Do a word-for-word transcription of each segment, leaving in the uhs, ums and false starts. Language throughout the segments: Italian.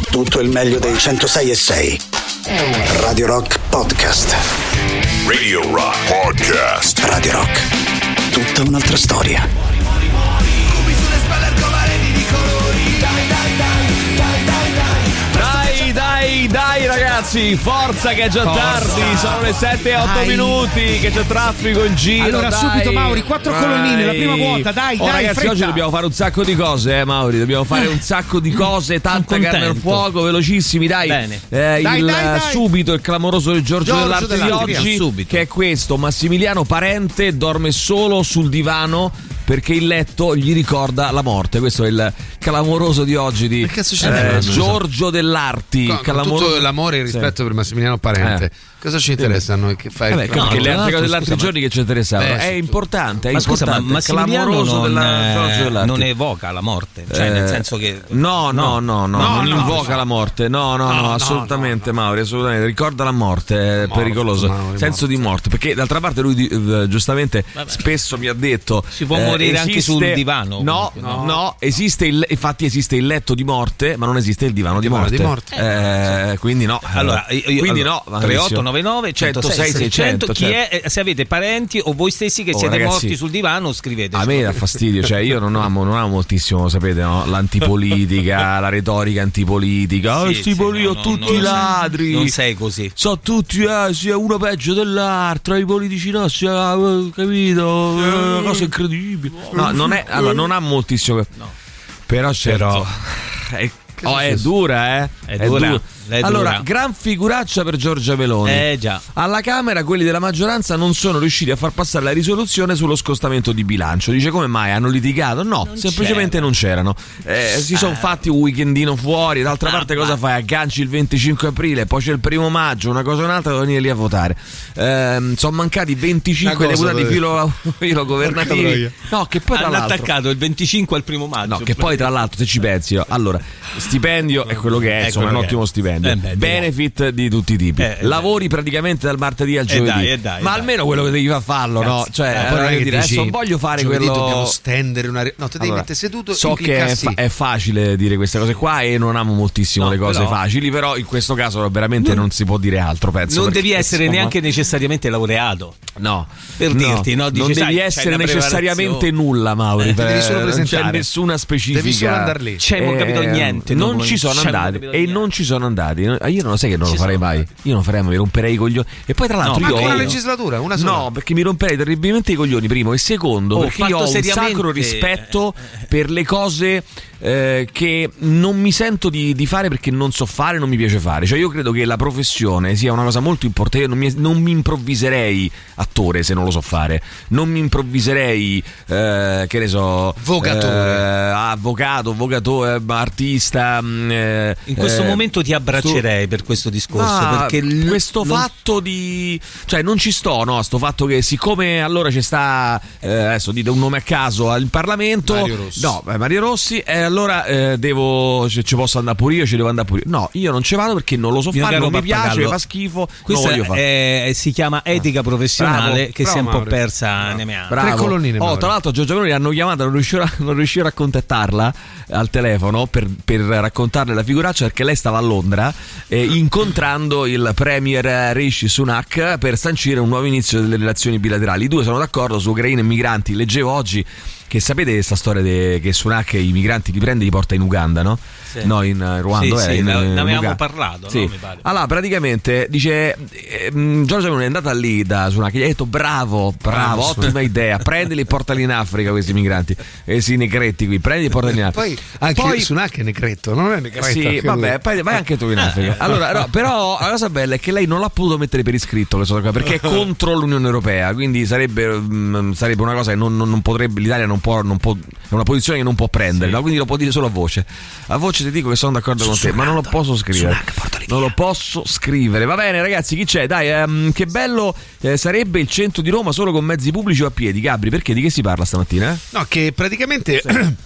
tutto il meglio dei centosei e sei. Radio Rock Podcast. Radio Rock Podcast. Radio Rock. Tutta un'altra storia. Cubi sulle spalle, arcobaleni di colori. Dai, dai, dai, dai, dai, dai. Dai, dai, dai ragazzi, forza che è già Forza. tardi, sono le sette e otto minuti, che c'è traffico in giro. Allora dai. subito Mauri, quattro Dai. colonnine, la prima vuota, dai, oh, dai, ragazzi, fretta. oggi dobbiamo fare un sacco di cose, eh Mauri, dobbiamo fare un sacco di cose, tanta Sono carne al contento. fuoco, velocissimi, dai. Bene. Eh, Dai, il, dai, dai. subito il clamoroso del Giorgio, Giorgio dell'arte, dell'arte, di via, oggi, subito. che è questo: Massimiliano Parente dorme solo sul divano perché il letto gli ricorda la morte. Questo è il clamoroso di oggi di Che cazzo c'è? eh, Giorgio dell'Arti. Con, con clamoroso... tutto l'amore e il rispetto per Massimiliano Parente, Eh. cosa ci interessa a noi che fai? Vabbè, il perché clamoroso? le altre cose scusa, dell'altri ma- giorni che ci interessavano Eh, è sì. importante, è Ma scusa, ma importante, Massimiliano clamoroso non, della Giorgio eh, dell'Arti. non evoca la morte, cioè Eh, nel senso che no no no no, No, non no, invoca no. la morte, no no no, no, assolutamente no, no. Mauri, assolutamente, ricorda la morte, è Morto, pericoloso, Mauri, senso di morte, perché d'altra parte lui eh, giustamente spesso mi ha detto si può eh, morire anche esiste- sul divano, no comunque, no, no. esiste il, infatti esiste il letto di morte ma non esiste il divano di divano morte, di morte. Eh, quindi no allora, io, io- quindi allora, no tre otto nove nove centosei seicento, chi certo. è, eh, se avete parenti o voi stessi che Oh, siete ragazzi, morti sul divano, scrivete. A me dà fastidio, cioè io non amo, non amo moltissimo, sapete, no? L'antipolitica, la retorica antipolitica. Sì, Ah, sti sì, poli- no, no, tutti non- ladri. non sei così. So tutti, eh, sia uno peggio dell'altro, i politici nostri, eh, capito? È una cosa incredibile. No, non è, allora, non ha moltissimo. Però certo. È, oh, è dura, eh? È dura, è Allora, dura. gran figuraccia per Giorgia Meloni. Eh già. Alla Camera quelli della maggioranza non sono riusciti a far passare la risoluzione sullo scostamento di bilancio. Dice, come mai? Hanno litigato? No, Non semplicemente c'era. non c'erano. Eh, si sono fatti un weekendino fuori. D'altra Ah, parte ma- cosa fai? Agganci il venticinque aprile, poi c'è il primo maggio, una cosa o un'altra, devo venire lì a votare. Ehm, sono mancati venticinque Una cosa, deputati dove- filo, filo governativi. No, che poi tra Hanno l'altro attaccato il venticinque al primo maggio. No, che poi tra l'altro, se ci pensi, io, allora, stipendio è quello che è, È insomma, è un quello che ottimo è. stipendio. Eh beh, Benefit di tutti i tipi. Eh, eh, Lavori praticamente dal martedì al giovedì. dai, eh, dai, ma dai. almeno quello che devi far farlo, no? Cazzo. Cioè, Eh, poi allora, non è che dire, dici, adesso non voglio fare giovedì quello. dobbiamo stendere una re- no, te devi Allora, mettere seduto so e che è, cliccarsi. fa- è facile dire queste cose qua e non amo moltissimo No, le cose però- facili, però in questo caso veramente non, si può dire altro, penso. Non perché, devi essere insomma, neanche necessariamente laureato. No, Per no, dirti, no? Dici, non sai, devi c'hai essere una necessariamente preparazione. nulla, Mauri. Eh, per- devi solo non c'è presentare. nessuna specifica. Devi solo andar lì. Cioè, non ho capito niente. Non dopo, ci sono cioè, non ho andati capito e niente. non ci sono andati. Io non lo sai che non Ci lo farei sono mai. andati. Io non farei mai, mi romperei i coglioni. E poi tra l'altro No, io Anche una ho- legislatura, una sola. No, perché mi romperei terribilmente i coglioni, primo, e secondo, Oh, perché io fatto ho un seriamente- sacro rispetto per le cose eh, che non mi sento di, di fare perché non so fare, non mi piace fare. Cioè io credo che la professione sia una cosa molto importante. Io non mi, non mi improvviserei attore se non lo so fare. Non mi improvviserei eh, che ne so, Vogatore. eh, avvocato, vogatore, artista. mh, eh, In questo eh, momento ti abbraccerei per questo discorso. ma perché l- questo non- fatto di, cioè non ci sto, no? Sto fatto che siccome allora ci sta, eh, adesso dite un nome a caso al Parlamento, Mario Rossi. no, eh, Mario Rossi, e allora eh, devo, ci, ci posso andare pure io, ci devo andare pure io. No, io non ci vado perché non lo so Mio fare, caro non mi piace, Pappagallo, mi fa schifo, Questa non voglio fare. è- si chiama etica professionale, Bravo, che si è un bravo, po' Mauro. persa nei miei anni. Bravo. Tre colonnine, Oh, Mauro. tra l'altro Giorgia Meloni hanno chiamato, non riuscirò, non riuscirò a contattarla al telefono per, per raccontarle la figuraccia perché lei stava a Londra eh, incontrando il premier Rishi Sunak per sancire un nuovo inizio delle relazioni bilaterali. I due sono d'accordo su Ucraina e migranti. Leggevo oggi che sapete questa storia de, che Sunak i migranti li prende e li porta in Uganda, no? Sì. No, in eh, Ruanda. Sì, eh, sì, in, ne- ne in avevamo Uganda. parlato, no? Sì. Mi pare. Allora, praticamente dice eh, mh, Giorgia Meloni è andata lì da Sunak, gli ha detto bravo, bravo, Bravo, ottima Sunak. idea, prendili e portali in Africa questi migranti, e si negretti qui, prendili e portali in Africa. Poi anche Poi- Sunak è necretto, non è necretto. sì, anche vabbè, lui. poi vai anche tu in Africa. Allora, no, però la cosa bella è che lei non l'ha potuto mettere per iscritto questa cosa qua, perché è contro l'Unione Europea, quindi sarebbe, mh, sarebbe una cosa che non, non- non potrebbe, l'Italia non può, non può, è una posizione che non può prendere, no? Quindi lo può dire solo a voce. A voce ti dico che sono d'accordo con te, ma non lo posso scrivere. Non lo posso scrivere. Va bene, ragazzi, chi c'è? Dai, ehm, che bello eh, sarebbe il centro di Roma solo con mezzi pubblici o a piedi. Gabri, perché di che si parla stamattina? Eh? No, che praticamente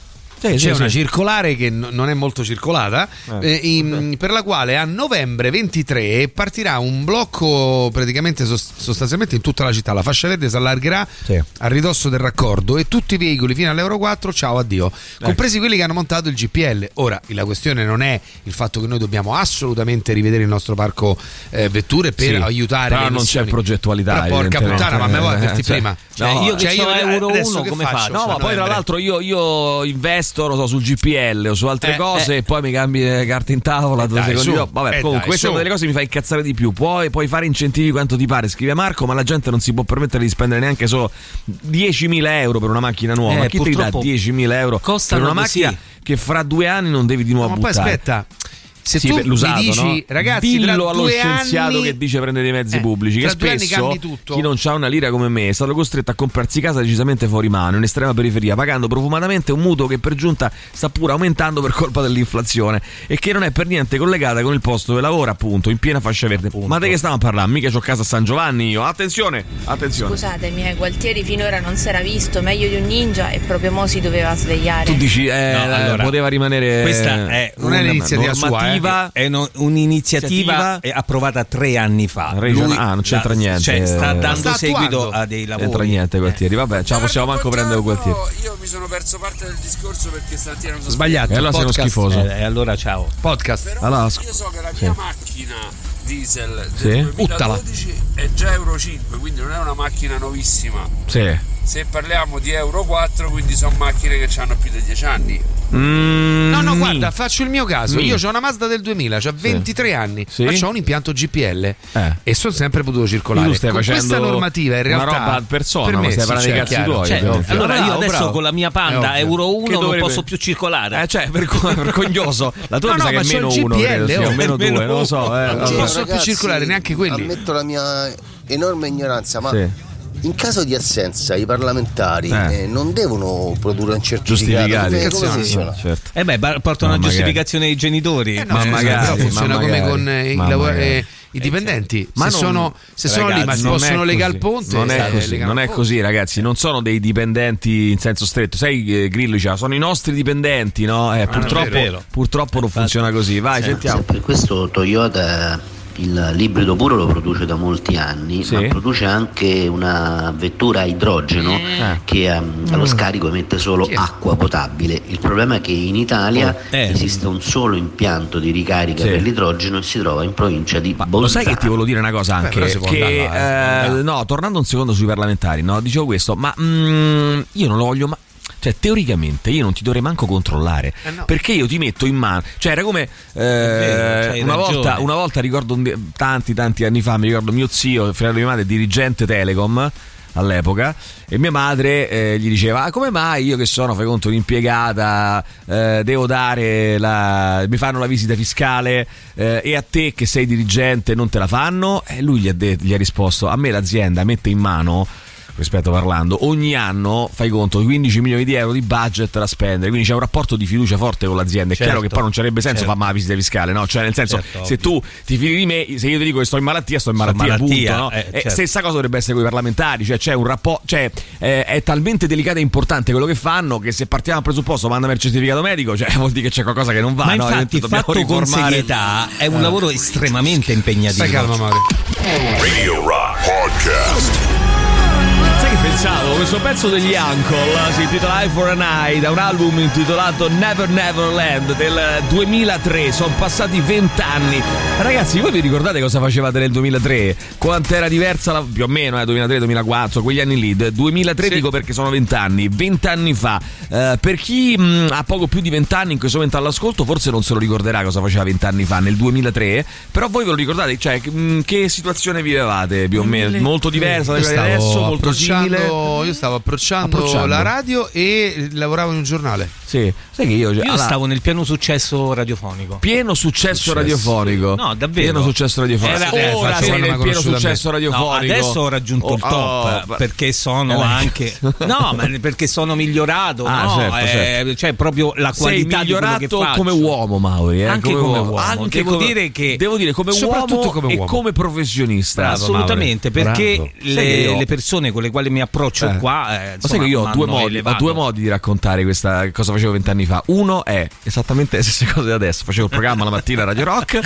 Sì, c'è sì, una sì. circolare che n- non è molto circolata, Eh. eh, in- per la quale a novembre ventitré partirà un blocco praticamente sost- sostanzialmente in tutta la città. La fascia verde si allargherà Sì. a ridosso del raccordo e tutti i veicoli fino all'Euro quattro, ciao, addio, compresi quelli che hanno montato il G P L. Ora, la questione non è il fatto che noi dobbiamo assolutamente rivedere il nostro parco eh, vetture per Sì, aiutare però le non emissioni. c'è progettualità, Però porca evidentemente. puttana, ma me vuoi Eh, dirti cioè, prima? Cioè, no, io che cioè, so Euro adesso uno che come faccio? faccio? No, ma poi tra novembre. l'altro io, io investo, non so, sul G P L o su altre Eh, cose eh. e poi mi cambi le carte in tavola due dai, secondi su. dopo. Vabbè, Eh, comunque dai, questa è su. una delle cose che mi fa incazzare di più. Puoi, puoi fare incentivi quanto ti pare, scrive Marco, ma la gente non si può permettere di spendere neanche solo diecimila euro per una macchina nuova. Eh, Ma chi ti dà purtroppo diecimila euro per costano una così. macchina che fra due anni non devi di nuovo Ma poi buttare? aspetta, se Sì, tu per l'usato, mi dici, no? ragazzi, tra dillo allo due scienziato anni, che dice prende dei mezzi eh, pubblici, che tra due anni spesso cambi tutto. chi non ha una lira come me è stato costretto a comprarsi casa decisamente fuori mano, in estrema periferia, pagando profumatamente un mutuo che per giunta sta pure aumentando per colpa dell'inflazione e che non è per niente collegata con il posto dove lavora, appunto, in piena fascia verde. Ma di che stiamo a parlare? Mica c'ho casa a San Giovanni io. Attenzione, attenzione. Scusatemi, eh, Gualtieri finora non si era visto meglio di un ninja e proprio mo si doveva svegliare. Tu dici, eh, No, allora, poteva rimanere. questa è non è una l'iniziativa sua, normativa. È no- un'iniziativa Iniziativa approvata tre anni fa. Region- Lui ah, non c'entra la- niente. Cioè, sta Eh, dando sta seguito attuando. a dei lavori. Entra niente Gualtieri, vabbè, ce la possiamo manco prendere Gualtieri. Io mi sono perso parte del discorso perché stamattina non so Sbagliato. E allora sei uno podcast. schifoso. Eh, e allora ciao. Podcast. Però Allora, io sc- so che la mia sì. macchina diesel Sì. del Buttala. duemiladodici è già Euro cinque, quindi non è una macchina nuovissima. Sì. Se parliamo di Euro quattro, quindi sono macchine che hanno più di dieci anni. Mm, No, no, nì. guarda, faccio il mio caso. Nì. Io ho una Mazda del duemila, c'ha ventitré anni, Sì. ma c'ho un impianto G P L Eh. e sono sempre potuto circolare. Tu stai Con facendo questa normativa in realtà una roba ad persona, per ma me stai sì, parlando dei cioè, cazzi chiaro. tuoi. Cioè, ovvio. allora io Bravo, adesso bravo. con la mia È Panda ovvio. Euro Che uno non dovrebbe- posso più circolare. Eh, cioè, vergog- vergognoso. La tua No, mi sa no, che ma è c'ho meno il uno, G P L, credo, sì, oh. o meno Meno due, non lo so. eh, Non vabbè. posso più circolare neanche quelli. Ammetto la mia enorme ignoranza, ma Sì. in caso di assenza i parlamentari Eh. eh, non devono produrre un certificato. Giustificati. Come, Cazzo come no. funziona? Certo. Eh beh, ba- porta Ma una magari. giustificazione dei genitori. Eh no, Ma eh, magari, però funziona ma come magari, con eh, i, ma lavora- magari. eh, i dipendenti. Ma se non- sono, se sono lì, ma Ragazzi, si non possono è legare così. al ponte. Non è eh, così, legano non al è ponte. così, ragazzi. Non sono dei dipendenti in senso stretto. Sai, eh, Grillo diceva, sono i nostri dipendenti, no? Eh, purtroppo, vero. purtroppo non funziona così. Vai, sentiamo. Per questo Toyota il librido puro lo produce da molti anni, Sì. ma produce anche una vettura a idrogeno Eh. che um, allo scarico emette solo acqua potabile. Il problema è che in Italia Eh. esiste un solo impianto di ricarica Sì. per l'idrogeno e si trova in provincia di Ma lo Bolzano. sai che ti volevo dire una cosa Beh, anche? però si può che andare là, eh. eh, no, tornando un secondo sui parlamentari, no, dicevo questo, ma mm, io non lo voglio mai. Cioè, teoricamente io non ti dovrei manco controllare, Eh no. perché io ti metto in mano. Cioè, era come eh, vero, c'hai una, ragione. volta, una volta, ricordo un di- tanti tanti anni fa, mi ricordo mio zio, fratello di mia madre, dirigente Telecom all'epoca, e mia madre eh, gli diceva: ah, come mai io che sono, fai conto, un'impiegata, eh, devo dare la, mi fanno la visita fiscale eh, e a te che sei dirigente non te la fanno? E lui gli ha, de- gli ha risposto: a me l'azienda mette in mano, rispetto parlando, ogni anno, fai conto, quindici milioni di euro di budget da spendere, quindi c'è un rapporto di fiducia forte con l'azienda. È Certo. chiaro che poi non c'arebbe senso Certo. fare la visita fiscale, no? Cioè, nel senso, Certo, se tu ti fidi di me, se io ti dico che sto in malattia, sto in Sto in malattia, malattia, punto, no? eh, E certo. stessa cosa dovrebbe essere con i parlamentari, cioè c'è un rapporto, cioè eh, è talmente delicato e importante quello che fanno che se partiamo dal presupposto mandami il certificato medico, cioè vuol dire che c'è qualcosa che non va, Ma no? infatti Dobbiamo fatto con riformare- serietà è un lavoro estremamente impegnativo. Stai calmo, Mauri. Radio Rock Podcast. Sai che pensavo? Questo pezzo degli Uncle si intitola Eye for an Eye, da un album intitolato Never Never Land del duemilatré. Sono passati vent'anni. Ragazzi, voi vi ricordate cosa facevate nel duemilatré? Quanto era diversa la, più o meno, eh, duemilatré duemilaquattro, quegli anni lì. duemilatré Sì. dico perché sono vent'anni. Vent'anni fa. Eh, per chi mh, ha poco più di vent'anni in questo momento all'ascolto, forse non se lo ricorderà cosa faceva vent'anni fa, nel duemilatré. Però voi ve lo ricordate? Cioè, mh, che situazione vivevate più o meno? Molto diversa da Io quella di stavo adesso? Molto approcciando- simile? Io stavo approcciando, Approcciando. la radio e lavoravo in un giornale. Sì, sai che io, Io allora, stavo nel pieno successo radiofonico. pieno successo, Successo. radiofonico. No, davvero. Pieno successo radiofonico. Era- eh, Ora faccio sei quando nel mi ha pieno conosciuto a me. successo No, radiofonico. adesso ho raggiunto Oh, il top oh, perché sono eh, anche no, ma perché sono migliorato, Ah, no? certo, Eh, certo. cioè proprio la sei qualità di quello che migliorato faccio. come uomo, Mauri, eh? Anche come uomo. Anche Devo come- dire che- devo dire come soprattutto uomo come e uomo. come professionista. Bravo, Assolutamente, Mauri. perché Bravo. Sai che le, io- le persone con le quali mi approccio Eh. qua, eh, Ma sai insomma, che io ho due, m'hanno modi, ho elevato. due modi di raccontare questa cosa facevo vent'anni fa. Uno è esattamente le stesse cose di adesso. Facevo il programma la mattina a Radio Rock,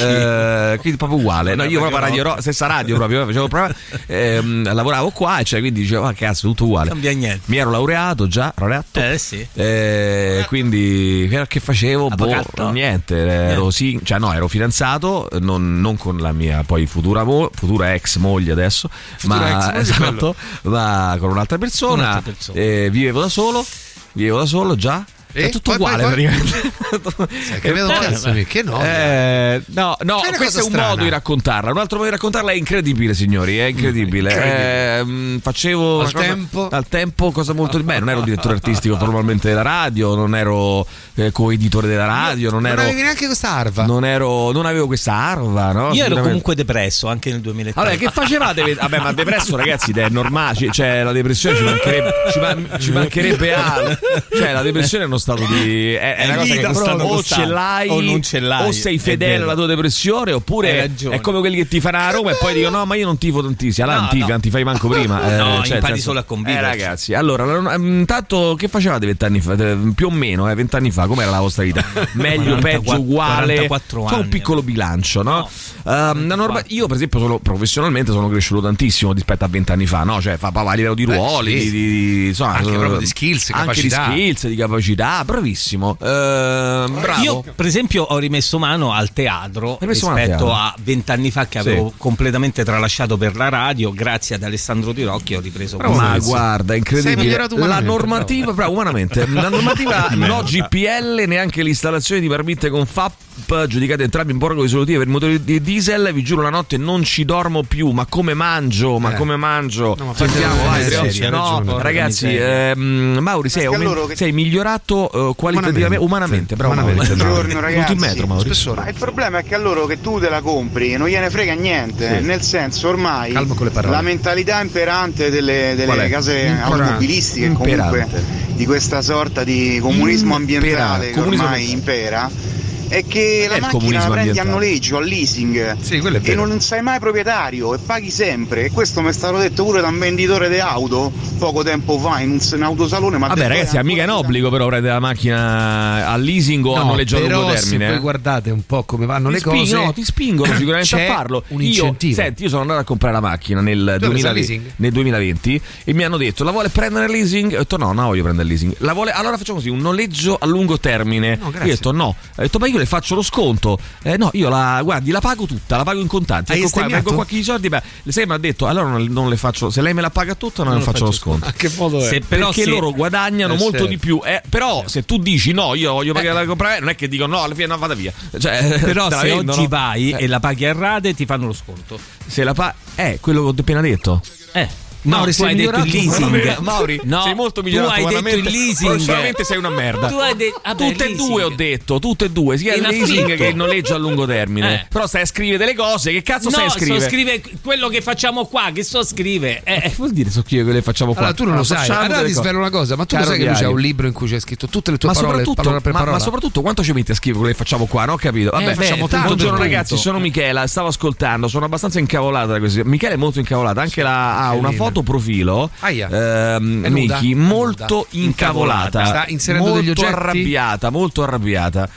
eh, quindi proprio uguale. No, io proprio a Radio Rock, stessa radio proprio, facevo il programma, ehm, lavoravo qua, cioè, quindi dicevo, ah, cazzo, tutto uguale. Non cambia niente. Mi ero laureato già, laureato. Eh sì. Eh, quindi che- che facevo? Boh, Avvocato? niente, ero sì, cioè no, ero fidanzato, non, non con la mia poi futura mo- futura ex moglie adesso, Futura ma ex moglie, esatto, ma con un'altra persona, Un'altra persona. eh, vivevo da solo, vivevo da solo già. E? È tutto Poi, uguale poi, poi? praticamente. Sai che vedo Eh, cazzo, che no? eh, no, no, Fai una questo è cosa un strana. modo di raccontarla. Un altro modo di raccontarla è incredibile, signori. È incredibile. Eh, mh, facevo Al una cosa- tempo? al tempo cosa molto. Beh, non ero direttore artistico formalmente della radio, non ero eh, coeditore della radio, non Non ero. avevi neanche questa arva. Non ero, non avevo questa arva, no? Io ero Assolutamente. comunque depresso anche nel duemilatré. Allora, che facevate? Vabbè, ma depresso, ragazzi, è normale. ci- Cioè, la depressione ci mancherebbe, ci, man- ci mancherebbe altro. Cioè, la depressione è uno stato di. È, è una cosa vita, che uno stato o costante, ce l'hai o non ce l'hai, o sei è fedele vero. alla tua depressione, Hai oppure ragione. è come quelli che ti fanno a Roma e poi dicono: no, ma io non tifo tantissimo. Allora, No, non tifi, no. non ti fai manco prima. Eh, No, cioè, impari nel senso- solo a convivere. Eh, ragazzi, allora, non- intanto, che facevate vent'anni fa? Eh, Più o meno, eh, vent'anni fa, com'era la vostra vita? Meglio, peggio, quarantaquattro uguale? quarantaquattro C'è un anni. piccolo bilancio, no? Ehm, la norma- io, per esempio, sono, professionalmente sono cresciuto tantissimo rispetto a vent'anni fa, no? Cioè, fa papà a livello di Beh, ruoli, sì. di, di- insomma, Anche eh, proprio di skills, anche capacità. di skills, di capacità, bravissimo. Ehm, bravo. Io, per esempio, ho rimesso mano al teatro Hai messo mano al rispetto teatro? a vent'anni fa che Sì. avevo completamente tralasciato per la radio. Grazie ad Alessandro Tirocchi ho ripreso Bravo, questo. Ma Maurizio. guarda, Sei incredibile. migliorato La umanamente, normativa, bravo, umanamente. La normativa no G P L, neanche l'installazione di marmitte con F A P, giudicate entrambi in borgo risolutive per i motori di diesel. Vi giuro, la notte non ci dormo più. Ma come mangio? Ma Eh. come mangio? No, ma Sentiamo, fate- vai, eh, Trio. sì, hai No, ragione. ragazzi, Porca ehm, Mauri, sei, Ma aumen- loro che- sei migliorato eh, qualitativamente, umanamente. Bravo, Umanamente, Mauri. Buongiorno Venuto ragazzi. in metro, Mauri. Spessore. Ma il problema è che a loro che tu te la compri non gliene frega niente, Sì. nel senso ormai Calmo con le parole. la mentalità imperante delle, Qual è? delle case Imperante. automobilistiche Imperante. comunque di questa sorta di comunismo ambientale che Comunismo ormai impera è che è la il macchina comunismo la prendi a ambientale? noleggio, a leasing Sì, quello è e vero. non sei mai proprietario e paghi sempre, e questo mi è stato detto pure da un venditore di auto poco tempo fa in un, in un autosalone. Ma ha Vabbè, detto, ragazzi, "Eh, mica è un ancora obbligo però prendere la macchina a leasing o a noleggio a lungo però termine. se voi eh. guardate un po' come vanno Ti le spingono, cose, no, ti spingono sicuramente c'è a farlo. un Io, incentivo. senti, io sono andato a comprare la macchina nel, Tu hai preso duemilaventi, il leasing? nel duemilaventi e mi hanno detto: la vuole prendere il leasing? Ho detto no, no, voglio prendere il leasing. La vuole, allora facciamo così, un noleggio a lungo termine. No, io ho grazie. detto no. Ho detto ma io le faccio lo sconto. Eh, no, io la guardi, la pago tutta, la pago in contanti. Hai Ecco qua, estemmiato? vengo qua chi i soldi. Beh, lei mi ha detto allora non, non le faccio. Se lei me la paga tutta, non, Non le lo faccio lo faccio sconto. a che modo è? Se però Perché se- loro guadagnano Eh, molto certo. di più. Eh, però se tu dici no, io voglio pagare la comprare, non è che dico no, alla fine no, vada via. Cioè, Però te la se vendono. oggi vai Eh. e la paghi a rate ti fanno lo sconto. Se la pa- eh, quello che ho appena detto. Eh. Mauri, No, tu sei hai detto il migliorato leasing. umanamente. Mauri, No, sei molto migliorato tu hai detto umanamente. il leasing. Prossimamente sei una merda. Tu hai detto vabbè, Tutte e leasing. due ho detto, tutte e due, sia In il leasing affitto. che il noleggio a lungo termine. Eh. Però stai a scrivere delle cose, che cazzo No, stai a scrivere? so scrive quello che facciamo qua, che so scrive. Eh, Che vuol dire so scrivere che le facciamo qua? Allora tu non lo sai. facciamo Allora delle ti cose. svelo una cosa, ma tu lo Caro sai che lui c'ha Viario. un libro in cui c'è scritto tutte le tue Ma parole, soprattutto, parola per ma, parola. ma soprattutto quanto ci metti a scrivere quello che facciamo qua? Non ho capito. Vabbè, Eh, facciamo beh, tanto buongiorno per ragazzi, punto. sono Michela, stavo ascoltando, sono abbastanza incavolata da questo. Michela è molto incavolata, anche la, ha una Michelina. foto profilo. Aia. Ehm, È nuda? Miki, È molto nuda. incavolata. Sta inserendo molto degli oggetti? arrabbiata, molto arrabbiata.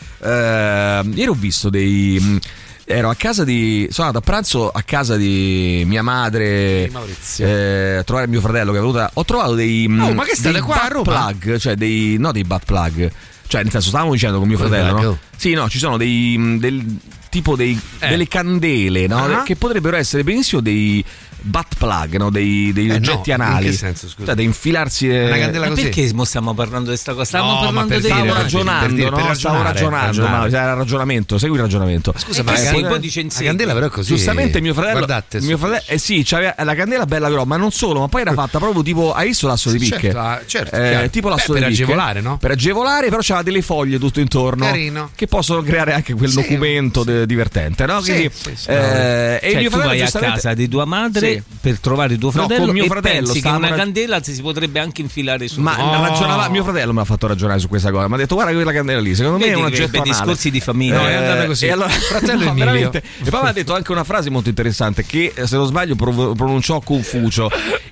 Ehm, ieri ho visto dei mh, ero a casa di sono andato a pranzo a casa di mia madre, Di Maurizio. eh, a trovare mio fratello che è venuta. Ho trovato dei mh, Oh, ma che state dei qua a butt Roma? plug, cioè dei no dei butt plug. Cioè, nel senso, stavamo dicendo con mio Butt fratello, plug, no? oh. Sì, no, ci sono dei mh, del tipo dei Eh. delle candele, no? Ah. Che potrebbero essere benissimo dei butt plug, no? Dei, degli Eh, oggetti no, in anali. che senso, scusa? Cioè, da infilarsi eh, Una candela ma così. perché mo stiamo parlando di questa cosa? Stavamo No, ma parlando per di Stavo dire, per ragionando, dire, no? per Stavo ragionare, ragionando, ragionare. ma era ragionamento, segui il ragionamento. Scusa, Eh, ma sì, la, poi dice in la seguito. candela però è così. Giustamente mio fratello, Guardate, mio su- fratello eh sì, c'aveva la candela bella grossa, ma non solo, ma poi era fatta proprio tipo, hai visto l'asso di Sì, picche? certo, ah, certo, Eh, chiaro. tipo l'asso Beh, di per picche. agevolare, no? Per agevolare, però c'aveva delle foglie tutto intorno Carino. che possono creare anche quel Sì, documento de- divertente, no? Sì, Quindi sì, sì. eh, e Cioè, mio tu fratello vai a giustamente- casa di tua madre Sì. per trovare tuo No, fratello con mio e fratello pensi che stavamo una rag- candela si potrebbe anche infilare su. Ma Oh. ragionava, mio fratello mi ha fatto ragionare su questa cosa. Mi ha detto: guarda quella candela lì, secondo me Vedi è un che oggetto bei anale. discorsi di famiglia. No, è andata così. E allora, Fratello no, Emilio. veramente. E poi mi ha detto anche una frase molto interessante che, se non sbaglio, prov- pronunciò Confucio.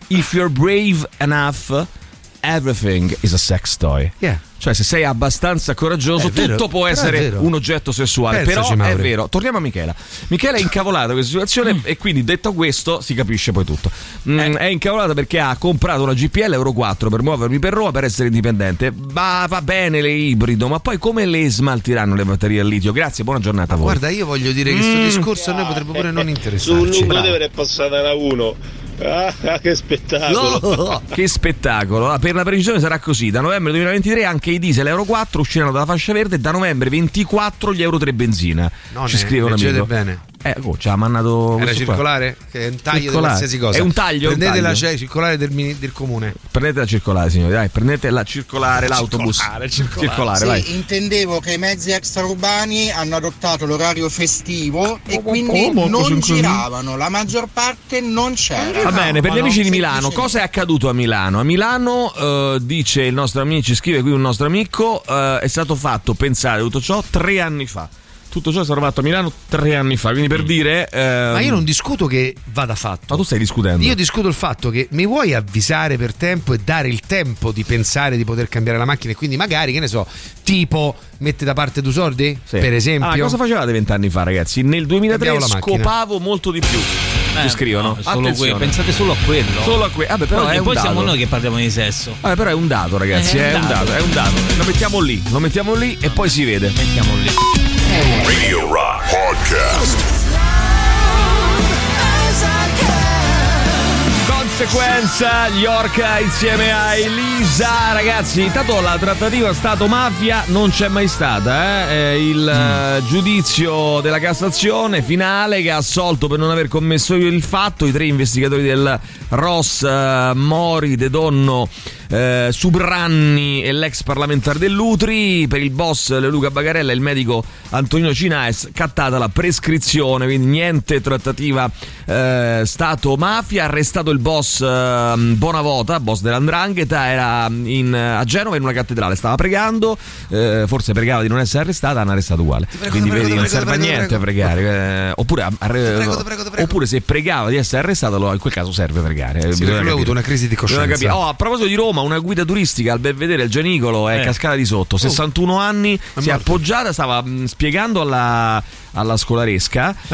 If you're brave enough, everything is a sex toy. Yeah. Cioè, se sei abbastanza coraggioso, È vero, tutto può però è essere vero. un oggetto sessuale. Pensaci, però è Mauri. vero. Torniamo a Michela. Michela è incavolata da questa situazione Mm. e quindi, detto questo, si capisce poi tutto. Mm, È incavolata perché ha comprato una G P L Euro quattro per muovermi per Roma per essere indipendente. Ma va bene le ibrido, ma poi come le smaltiranno le batterie al litio? Grazie, buona giornata a voi. Guarda, io voglio dire che questo Mm. discorso a noi potrebbe pure non Sul interessarci. Lungotevere è passata la uno. Ah, che spettacolo! No, che spettacolo. Ah, per la precisione sarà così: da novembre duemilaventitré anche i diesel Euro quattro usciranno dalla fascia verde e da novembre ventiquattro gli Euro tre benzina. No, ci ne- scrive un leggete amico. bene. Eh, oh, ci ha mandato Era questo qua. circolare? Che è un taglio Circolare. di qualsiasi cosa. È un taglio, Prendete un taglio. la cioè, circolare del, mini- del comune. Prendete la circolare, signori, dai, prendete la circolare, l'autobus. Circolare, circolare. circolare Sì, vai. intendevo che i mezzi extraurbani hanno adottato l'orario festivo e quindi oh, molto non sincero. giravano, la maggior parte non c'era. Va bene, per Ma gli no, amici di Milano, semplicemente- cosa è accaduto a Milano? A Milano, eh, dice il nostro amico, ci scrive qui un nostro amico, eh, è stato fatto pensare tutto ciò tre anni fa. Tutto ciò è stato fatto a Milano tre anni fa, quindi per dire... ehm, Ma io non discuto che vada fatto. Ma tu stai discutendo. Io discuto il fatto che mi vuoi avvisare per tempo e dare il tempo di pensare di poter cambiare la macchina e quindi magari, che ne so, tipo mette da parte due soldi? Sì. Per esempio. Ah, cosa facevate vent'anni fa, ragazzi? Nel duemilatré Cambiamo la macchina. scopavo molto di più. Eh, Ci scrivono. no, solo Attenzione. que- pensate solo a quello. Solo a quello. Vabbè, però Poi- è e un poi dato. siamo noi che parliamo di sesso. Vabbè, però è un dato, ragazzi. Eh, È, un dato, è un dato. Lo mettiamo lì, lo mettiamo lì e poi si vede. Mettiamo lì. Radio Rock Podcast. Conseguenza, Yorka insieme a Elisa. Ragazzi, intanto la trattativa Stato-mafia non c'è mai stata, eh? Eh, il eh, giudizio della Cassazione finale che ha assolto per non aver commesso il fatto i tre investigatori del R O S, eh, Mori, De Donno, eh, Subranni e l'ex parlamentare dell'Utri. Per il boss Luca Bagarella e il medico Antonino Cina è scattata la prescrizione, quindi niente trattativa eh, Stato-mafia. Arrestato il boss eh, Bonavota, boss dell'Andrangheta, era in, a Genova in una cattedrale, stava pregando, eh, forse pregava di non essere arrestata, hanno arrestato uguale. prego, Quindi ti prego, vedi che non ti prego, serve a ti niente a prego. pregare, eh, oppure, a- arre- prego, ti prego, ti prego. oppure se pregava di essere arrestato, allora in quel caso serve pregare. Sì, Bisogna perché lui ha capire. avuto una crisi di Bisogna coscienza. capire. Oh, a proposito di Roma, una guida turistica al Belvedere, il Gianicolo, è Eh. cascata di sotto, sessantuno anni, si è morto. appoggiata, stava mh, spiegando alla, alla scolaresca, Eh.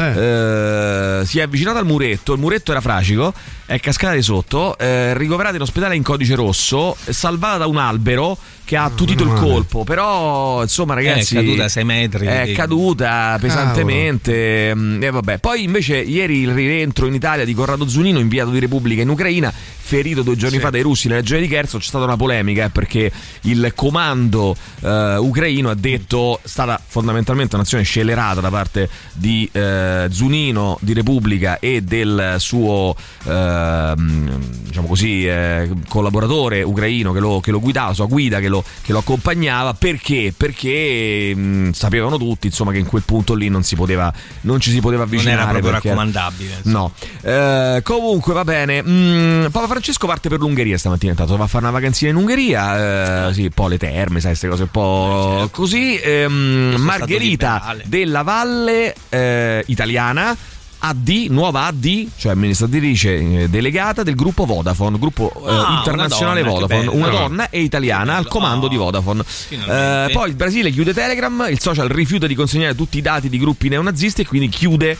eh, si è avvicinata al muretto, il muretto era fracico, è cascata di sotto, eh, ricoverata in ospedale in codice rosso, salvata da un albero che ha attutito il meno male. colpo, però insomma ragazzi È caduta a sei metri. è caduta pesantemente, mh, e vabbè. Poi invece ieri il rientro in Italia di Corrado Zunino, inviato di Repubblica in Ucraina, ferito due giorni Sì. fa dai russi nella regione di Kherson. C'è stata una polemica eh, perché il comando eh, ucraino ha detto è stata fondamentalmente un'azione scellerata da parte di eh, Zunino di Repubblica e del suo eh, diciamo così eh, collaboratore ucraino che lo, che lo guidava, sua guida che lo, che lo accompagnava. Perché? Perché mh, sapevano tutti insomma che in quel punto lì non si poteva non ci si poteva Non avvicinare, era proprio perché- raccomandabile. insomma. No, Eh, comunque va bene. Mm, Papa Francesco parte per l'Ungheria stamattina. Intanto va a fare una vacanzina in Ungheria. Eh, sì, un po' le terme, sai, queste cose un po' così. Ehm, Questo Margherita stato liberale. della Valle eh, italiana. A D, nuova A D, cioè amministratrice eh, delegata del gruppo Vodafone, gruppo eh, Ah, internazionale una donna, che Vodafone, bello. una donna e italiana Che al bello. comando Oh, di Vodafone. finalmente. Eh, poi il Brasile chiude Telegram, il social rifiuta di consegnare tutti i dati di gruppi neonazisti e quindi chiude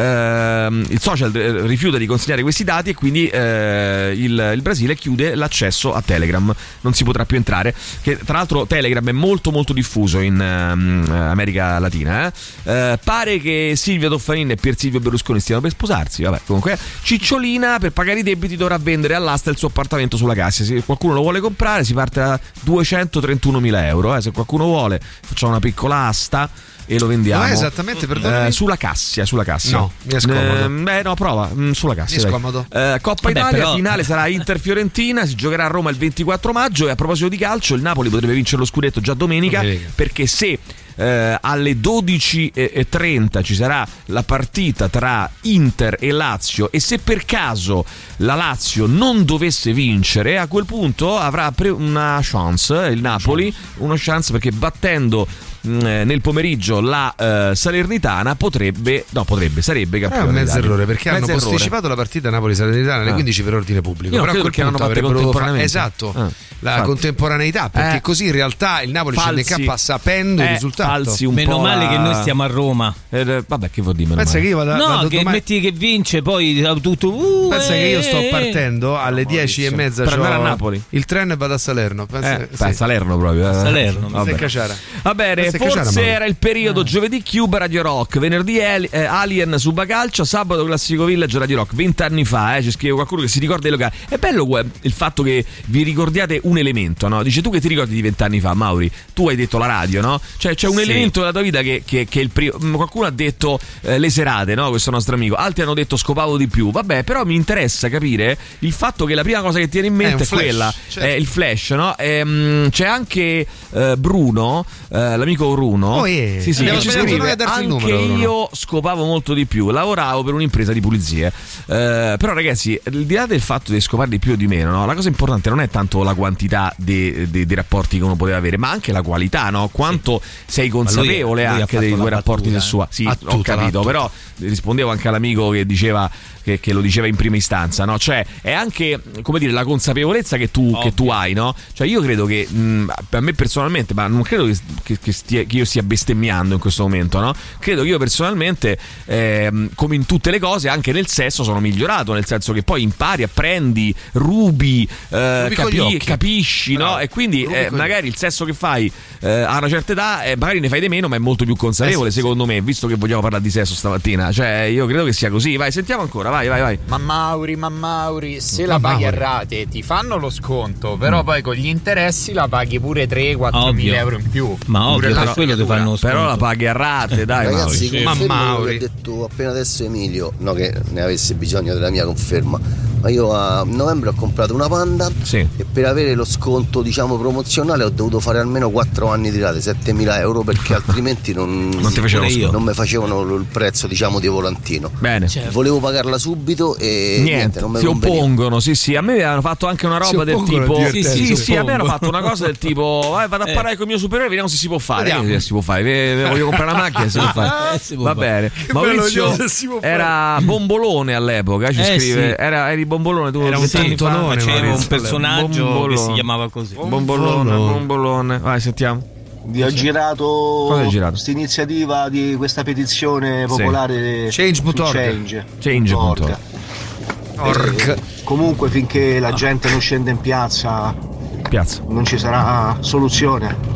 ehm, il social eh, rifiuta di consegnare questi dati e quindi eh, il, il Brasile chiude l'accesso a Telegram, non si potrà più entrare, che tra l'altro Telegram è molto molto diffuso in ehm, America Latina. eh. Eh, pare che Silvia Toffanin e Pier Silvio Berlusconi stiano per sposarsi. Vabbè, comunque Cicciolina per pagare i debiti dovrà vendere all'asta il suo appartamento sulla Cassia. Se qualcuno lo vuole comprare si parte da duecentotrentunomila euro, eh. Se qualcuno vuole facciamo una piccola asta e lo vendiamo. Dov'è esattamente, perdonami? Eh, sulla Cassia, sulla Cassia. No, mi è scomodo. Eh, beh, no, prova, mm, sulla Cassia. Mi è dai. scomodo. Eh, Coppa Vabbè, Italia, però- finale sarà Inter-Fiorentina, si giocherà a Roma il ventiquattro maggio e a proposito di calcio, il Napoli potrebbe vincere lo scudetto già domenica, Domenica. perché se eh, alle dodici e trenta ci sarà la partita tra Inter e Lazio e se per caso la Lazio non dovesse vincere, a quel punto avrà pre- una chance il Napoli, una chance perché battendo mh, nel pomeriggio la uh, Salernitana potrebbe, no potrebbe, sarebbe campione. È un mezzo errore perché mezzo hanno errore. posticipato la partita Napoli-Salernitana alle Ah. quindici per ordine pubblico. Io Però a credo quel che hanno punto fatto avrebbero dovuto fare contemporaneamente. esatto Ah. la Infatti. contemporaneità, perché Eh. così in realtà il Napoli scende in Falsi. campo sapendo Eh, il risultato. falsi un Meno po' male la- che noi stiamo a Roma. Eh, vabbè, che vuol dire? meno Pensa male? che io vado, No, vado che domani- metti che vince, poi tutto. Uh, Pensa che io sto eh, partendo alle dieci e mezza Per c'ho andare a Napoli. il treno e vado a Salerno. Pensa, Eh, sì. beh, Salerno proprio. eh. Salerno, Pensa Vabbè. che Caciara. Va bene, Pensa che Caciara, forse ma- era il periodo giovedì Cube Radio Rock, venerdì El- eh, Alien Subacalcio, sabato Classico Village Radio Rock. Vent'anni fa, eh, ci scrive qualcuno che si ricorda i locali. È bello que- il fatto che vi ricordiate un elemento, no? Dice tu che ti ricordi di vent'anni fa, Mauri? Tu hai detto la radio, no? Cioè c'è un Sì. elemento della tua vita che, che, che è il primo. Qualcuno ha detto eh, le serate, no? Questo nostro amico. Altri hanno detto scopavo di più. Vabbè, però mi interessa capire il fatto che la prima cosa che ti viene in mente un è, flash, quella, certo. è il flash, no? Ehm, c'è anche eh, Bruno, eh, l'amico Bruno. Oh, eh. Sì, sì, Abbiamo che ci sbagliato scrive, noi a darti il anche numero, Bruno. io scopavo molto di più, lavoravo per un'impresa di pulizie. Eh, però ragazzi, al di là del fatto di scopare di più o di meno, no? La cosa importante non è tanto la quantità dei, dei, dei rapporti che uno poteva avere, ma anche la qualità, no? Quanto sei consapevole lui ha anche fatto dei la tuoi rapporti battuta, sessuali. Sì, Ha ho tutta, capito, l'ha però rispondevo anche all'amico che diceva che, che lo diceva in prima istanza, no? Cioè è anche, come dire, la consapevolezza che tu, che tu hai, no? Cioè io credo che mh, per me personalmente, ma non credo che, che, che, stia, che io stia bestemmiando in questo momento, no? Credo che io personalmente, ehm, come in tutte le cose, anche nel sesso sono migliorato, nel senso che poi impari, apprendi, rubi, eh, Rubi con gli capi- occhi. capisci, Bravo. no? E quindi Rubi eh, con gli magari il sesso che fai eh, a una certa età, eh, magari ne fai di meno, ma è molto più consapevole, Eh sì, secondo me, visto che vogliamo parlare di sesso stamattina. Cioè, io credo che sia così. Vai, sentiamo ancora, vai, vai, vai. Ma Mauri, ma Mauri, se Ma la paghi a Mauri. rate ti fanno lo sconto, però poi con gli interessi la paghi pure tre quattro Ovvio. mila euro in più. Ma Pure ovvio, la per quello ti fregatura. fanno Però la sconto. paghi a rate, dai, Ragazzi, Mauri. confermo Ma quello Mauri. che ha detto appena adesso Emilio, no che ne avesse bisogno della mia conferma, ma io a novembre ho comprato una Panda Sì. e per avere lo sconto diciamo promozionale ho dovuto fare almeno quattro anni di rate, settemila euro, perché altrimenti non, Non ti facevano Pure io. non mi facevano il prezzo diciamo di volantino. Bene. Volevo pagarla subito e niente, Niente, non mi si conveniva. oppongono, sì sì, a me avevano fatto anche una Si roba del oppongono, tipo è divertente. sì Si sì, a me hanno oppongono. fatto una cosa del tipo vai, vado a Eh. parlare con il mio superiore, vediamo se si può fare. Vediamo. Eh, si può fare, ve- ve- voglio comprare una macchina, si può fare. Eh, si può Va fare. bene. bello, Maurizio vediamo se si può fare. era Bombolone all'epoca, ci Eh, scrive, sì. era eri Bombolone tu Era un vent'anni fa? tontonone, faceva un Maurizio. personaggio che Bombolone. si chiamava così. Bombolone, Bombolone. Vai, sentiamo. Vi ho girato Cosa hai girato? questa iniziativa di questa petizione popolare Change su punto org. Change. Change punto org. Orc. Eh, comunque finché la gente non scende in piazza Piazza. non ci sarà soluzione.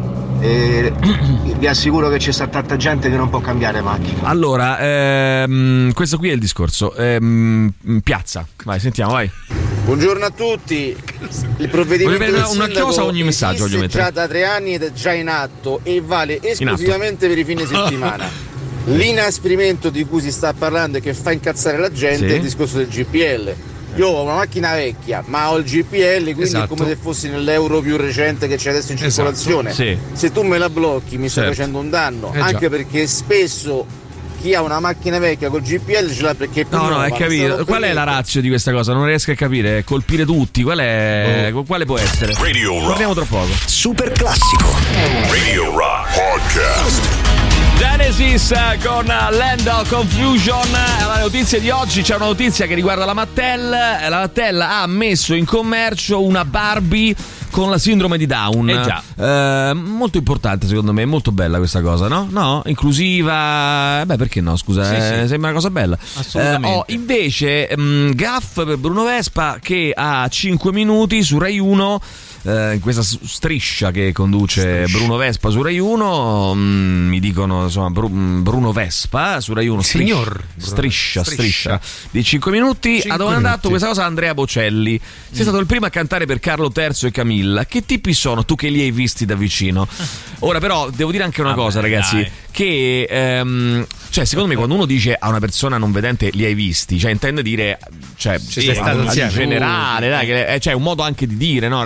E vi assicuro che c'è stata tanta gente che non può cambiare macchina. Allora, ehm, questo qui è il discorso. Ehm, piazza. Vai, sentiamo, vai. Buongiorno a tutti. Il provvedimento Voglio del vedere una sindaco chiosa a ogni messaggio, voglio esiste mettere. già da tre anni ed è già in atto e vale esclusivamente per i fine settimana. L'inasprimento di cui si sta parlando e che fa incazzare la gente Sì. è il discorso del G P L. Io ho una macchina vecchia, ma ho il G P L, quindi Esatto. è come se fossi nell'euro più recente che c'è adesso in Esatto. circolazione. Sì. Se tu me la blocchi mi stai Certo. facendo un danno, Eh già. anche perché spesso chi ha una macchina vecchia col G P L ce l'ha perché è più No, no, nuova, è mi capito. stavo Qual è la per razza di questa cosa? Non riesco a capire. Colpire tutti, qual è. Quale può essere? Radio Rock. Parliamo tra poco. Super classico. Radio Rock Podcast. Genesis con Land of Confusion. La notizia di oggi, c'è una notizia che riguarda la Mattel. La Mattel ha messo in commercio una Barbie con la sindrome di Down. Eh già. Eh, molto importante secondo me, è molto bella questa cosa, no? No? Inclusiva. Beh, perché no? Scusa, Sì, eh, sì. sembra una cosa bella. Assolutamente. Eh, oh, invece mh, Gaff per Bruno Vespa che ha cinque minuti su Rai uno. Eh, in questa s- striscia che conduce Bruno Vespa su Rai uno, mh, mi dicono insomma Bru- mh, Bruno Vespa su Rai uno, striscia, Signor striscia, Striscia. striscia di cinque minuti. Cinque ha domandato minuti. questa cosa a Andrea Bocelli. Sei stato il primo a cantare per Carlo terzo e Camilla. Che tipi sono tu che li hai visti da vicino? Ora però devo dire anche una Vabbè, cosa, ragazzi, dai. che ehm, cioè secondo me quando uno dice a una persona non vedente li hai visti, cioè intende dire cioè Ci sei stato in insieme. generale, dai, che è, cioè, è un modo anche di dire, no, ragazzi, non è che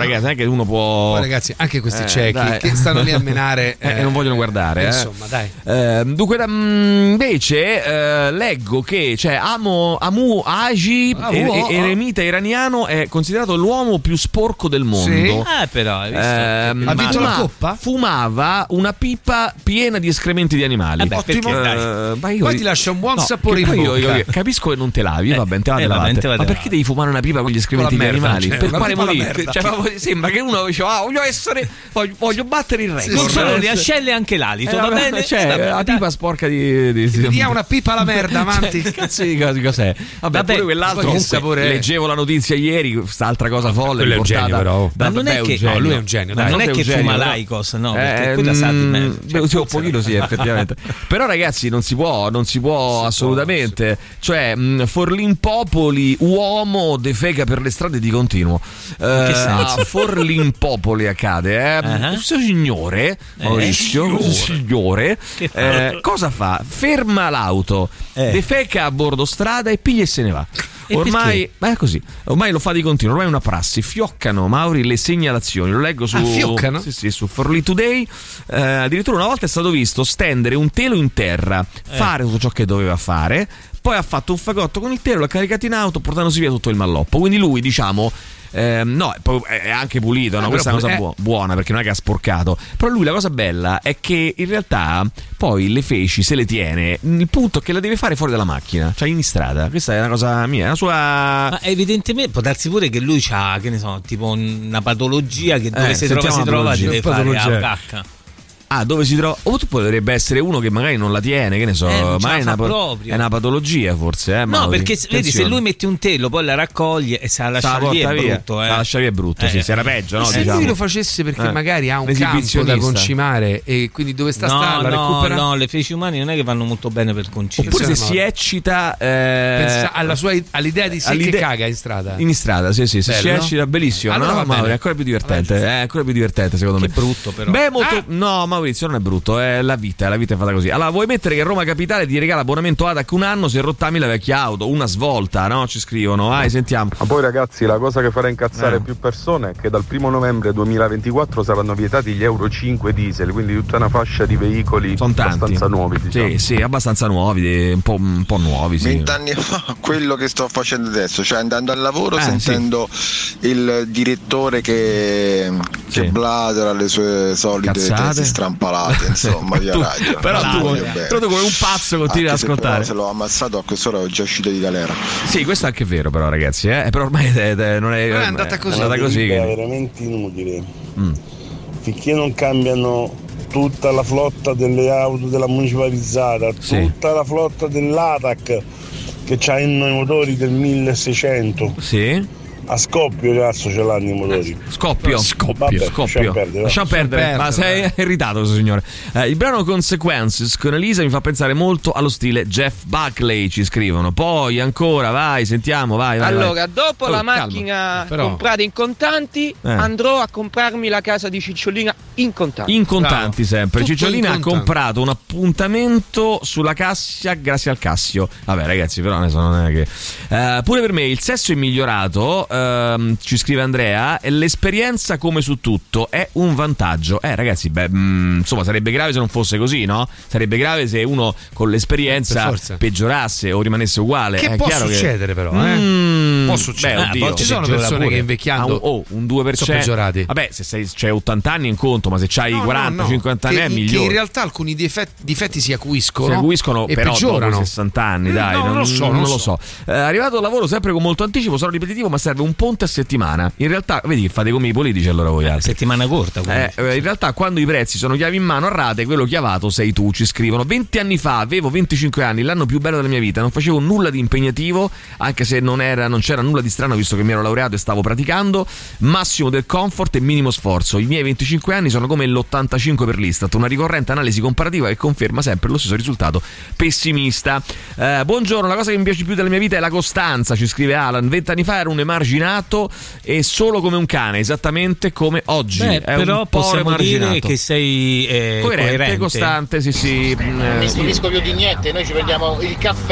uno può. Poi, ragazzi, anche questi Eh, ciechi dai. che stanno lì a menare Eh, e non vogliono guardare, eh. insomma, dai. Eh, dunque, da- mh, invece, eh, leggo che cioè, Amo, Amu Haji, Ah, er- oh, oh. eremita iraniano, è considerato l'uomo più sporco del mondo. Sì? Eh, però, hai visto? Ehm, Ha vinto la fuma- coppa? Fumava una pipa piena di escrementi di animali. Vabbè, perché, Eh, dai. ma io- Poi ti lascia un buon no, sapore che in poi io, bocca. io capisco che non te lavi, va bene, te la eh, te va lavate. bene, te la Ma te perché lavate. devi fumare una pipa con gli escrementi Con la di merda, animali? cioè, Per una quale pipa alla motivo? merda. Cioè, proprio sembra che uno dice, ah, voglio essere, voglio, voglio battere il record. Non solo le ascelle, anche l'alito. Eh, va vabbè, bene? cioè, Va bene, la dai. pipa sporca di, di, di Dia una pipa alla merda, avanti. Cioè, che cazzo di cos- cos'è? Vabbè, Vabbè, pure quell'altro poi che comunque, sapore è? leggevo la notizia ieri, quest'altra cosa folle quello è un riportata genio, però. da- Ma non vabbè, è che Eugenio. no, lui è un genio, Ma dai. non è sei che Eugenio, fuma no? l'Aicos, no, Eh, perché quella sa di mm, me. beh, sì, un pochino sì, effettivamente. Però ragazzi, non si può, non si può assolutamente. Cioè, mh, Forlimpopoli, uomo defeca per le strade di continuo. Eh, che senso? a Forlimpopoli accade, eh. Uh-huh. Questo signore, Maurizio, questo signore, Che fa? eh, cosa fa? Ferma l'auto, Eh. defeca a bordo strada e piglia e se ne va. E Ormai, ma è così, ormai lo fa di continuo, ormai è una prassi. Fioccano, Mauri, le segnalazioni. Lo leggo su, Ah, fioccano? Sì, sì, su Forlì Today. Eh, addirittura una volta è stato visto stendere un telo in terra, fare tutto ciò che doveva fare. Poi ha fatto un fagotto con il telo, l'ha caricato in auto, portandosi via tutto il malloppo. Quindi lui, diciamo. Ehm, no, poi è anche pulito, no? Ah, Questa è una però, cosa eh. buo- buona perché non è che ha sporcato. Però lui la cosa bella è che in realtà poi le feci se le tiene. Il punto è che la deve fare fuori dalla macchina, cioè in strada. Questa è una cosa mia, è una sua. Ma evidentemente può darsi pure che lui ha, che ne so, tipo una patologia che dove Eh, si trova sentiamo si la trova patologia. deve fare Patologia. la cacca. Ah, dove si trova? O potrebbe essere uno che magari non la tiene, che ne so, Eh, non ce ma la è fa una, proprio. è una patologia forse, eh, No, Mauri? perché vedi, se Attenzione. lui mette un telo, poi la raccoglie e se la Se la lascia via porta è via, brutto, eh. se la lascia via è brutto, Eh, sì, se era peggio, no? Se diciamo. lui lo facesse perché Eh. magari ha un campo L'esibizionista. da concimare e quindi dove sta No, sta la no, recupera. no, le feci umane non è che vanno molto bene per concime. Oppure se Attenzione, si Mauri. eccita eh, Pensa alla sua, all'idea di sé che all'idea- caga in strada. in strada, sì, sì, se si Bello. eccita bellissimo, Allora no? va bene. Mauri, è ancora più divertente, è ancora più divertente secondo Che me. brutto però. Beh, molto. Ah! No, Maurizio, non è brutto, è la vita, la vita è fatta così. Allora, vuoi mettere che Roma Capitale ti regala abbonamento Adac un anno se rottami la vecchia auto? Una svolta, no? Ci scrivono, vai, sentiamo. Ma poi ragazzi, la cosa che farà incazzare Eh. più persone è che dal primo novembre duemilaventiquattro saranno vietati gli Euro cinque diesel, quindi tutta una fascia di veicoli Sono tanti. abbastanza nuovi, diciamo. Sì, sì, abbastanza nuovi, di- un po', un po' nuovi, sì. Vent'anni fa quello che sto facendo adesso, cioè andando al lavoro Eh, sentendo il direttore che, che Sì. bladra le sue solite Cazzate. tesi strampalate, insomma, via Tu- radio. però tu, Voglio come- bene. però tu come un pazzo continui ad Anche se però ascoltare. se l'ho ammazzato a quest'ora ho già uscito di galera. Sì, questo è anche vero, però, ragazzi. Eh? Però ormai eh, eh, non è, Non è andata così. È andata così. È che- veramente inutile. Mm. Finché non cambiano tutta la flotta delle auto della municipalizzata, Sì. tutta la flotta dell'Atac che hanno i motori del milleseicento. Sì. A scoppio cazzo ce l'hanno i motori. Scoppio, Scoppio. Vabbè, scoppio. lasciamo perdere, va. Lasciamo perdere, Lasciamo ma perdere, sei irritato questo signore. Eh, il brano Consequences con Elisa mi fa pensare molto allo stile Jeff Buckley, ci scrivono. Poi ancora, vai, sentiamo, vai, vai. Allora, vai. dopo Oh, la calma. macchina Però- comprata in contanti, Eh. andrò a comprarmi la casa di Cicciolina in contanti. In contanti sempre. Tutto Cicciolina in ha contanti. comprato un appuntamento sulla Cassia grazie al Cassio. Vabbè, ragazzi, però adesso non è che. Eh, pure per me il sesso è migliorato. ehm, ci scrive Andrea. E l'esperienza, come su tutto, è un vantaggio. Eh, ragazzi, beh, mh, insomma, sarebbe grave se non fosse così, no? Sarebbe grave se uno con l'esperienza Per forza. peggiorasse o rimanesse uguale. Che è può chiaro succedere, che... però, eh? Mm, Può succedere. beh, Ah, oddio. ci sono peggiora persone pure. che invecchiando Ah, un, oh, un due per cento sono peggiorati. Vabbè, se sei, c'hai ottanta anni in conto, ma se c'hai No, no, quaranta no. cinquanta anni che, è che migliore. in realtà alcuni difetti, difetti si acuiscono, Si acuiscono e però peggiorano. dopo sessanta anni, dai, No, non lo so, non lo lo so. Eh, arrivato al lavoro sempre con molto anticipo, sarò ripetitivo, ma serve un ponte a settimana. In realtà, vedi che fate come i politici allora voi altri. Settimana corta, quindi. Eh, eh, in realtà quando i prezzi sono chiavi in mano a rate, quello chiavato sei tu, ci scrivono. venti anni fa avevo venticinque anni, l'anno più bello della mia vita, non facevo nulla di impegnativo, anche se non, era, non c'era nulla di strano visto che mi ero laureato e stavo praticando, massimo del comfort e minimo sforzo. I miei venticinque anni sono come l'ottantacinque per l'Istat, una ricorrente analisi comparativa che conferma sempre lo stesso risultato pessimista. Eh, buongiorno, la cosa che mi piace più della mia vita è la costanza, ci scrive Alan. Vent'anni fa ero un emarginato e solo come un cane, esattamente come oggi. Beh, è però un po' possiamo emarginato. dire che sei eh, coerente, coerente, costante, sì sì. Non eh, esibisco più di niente, noi ci prendiamo il caffè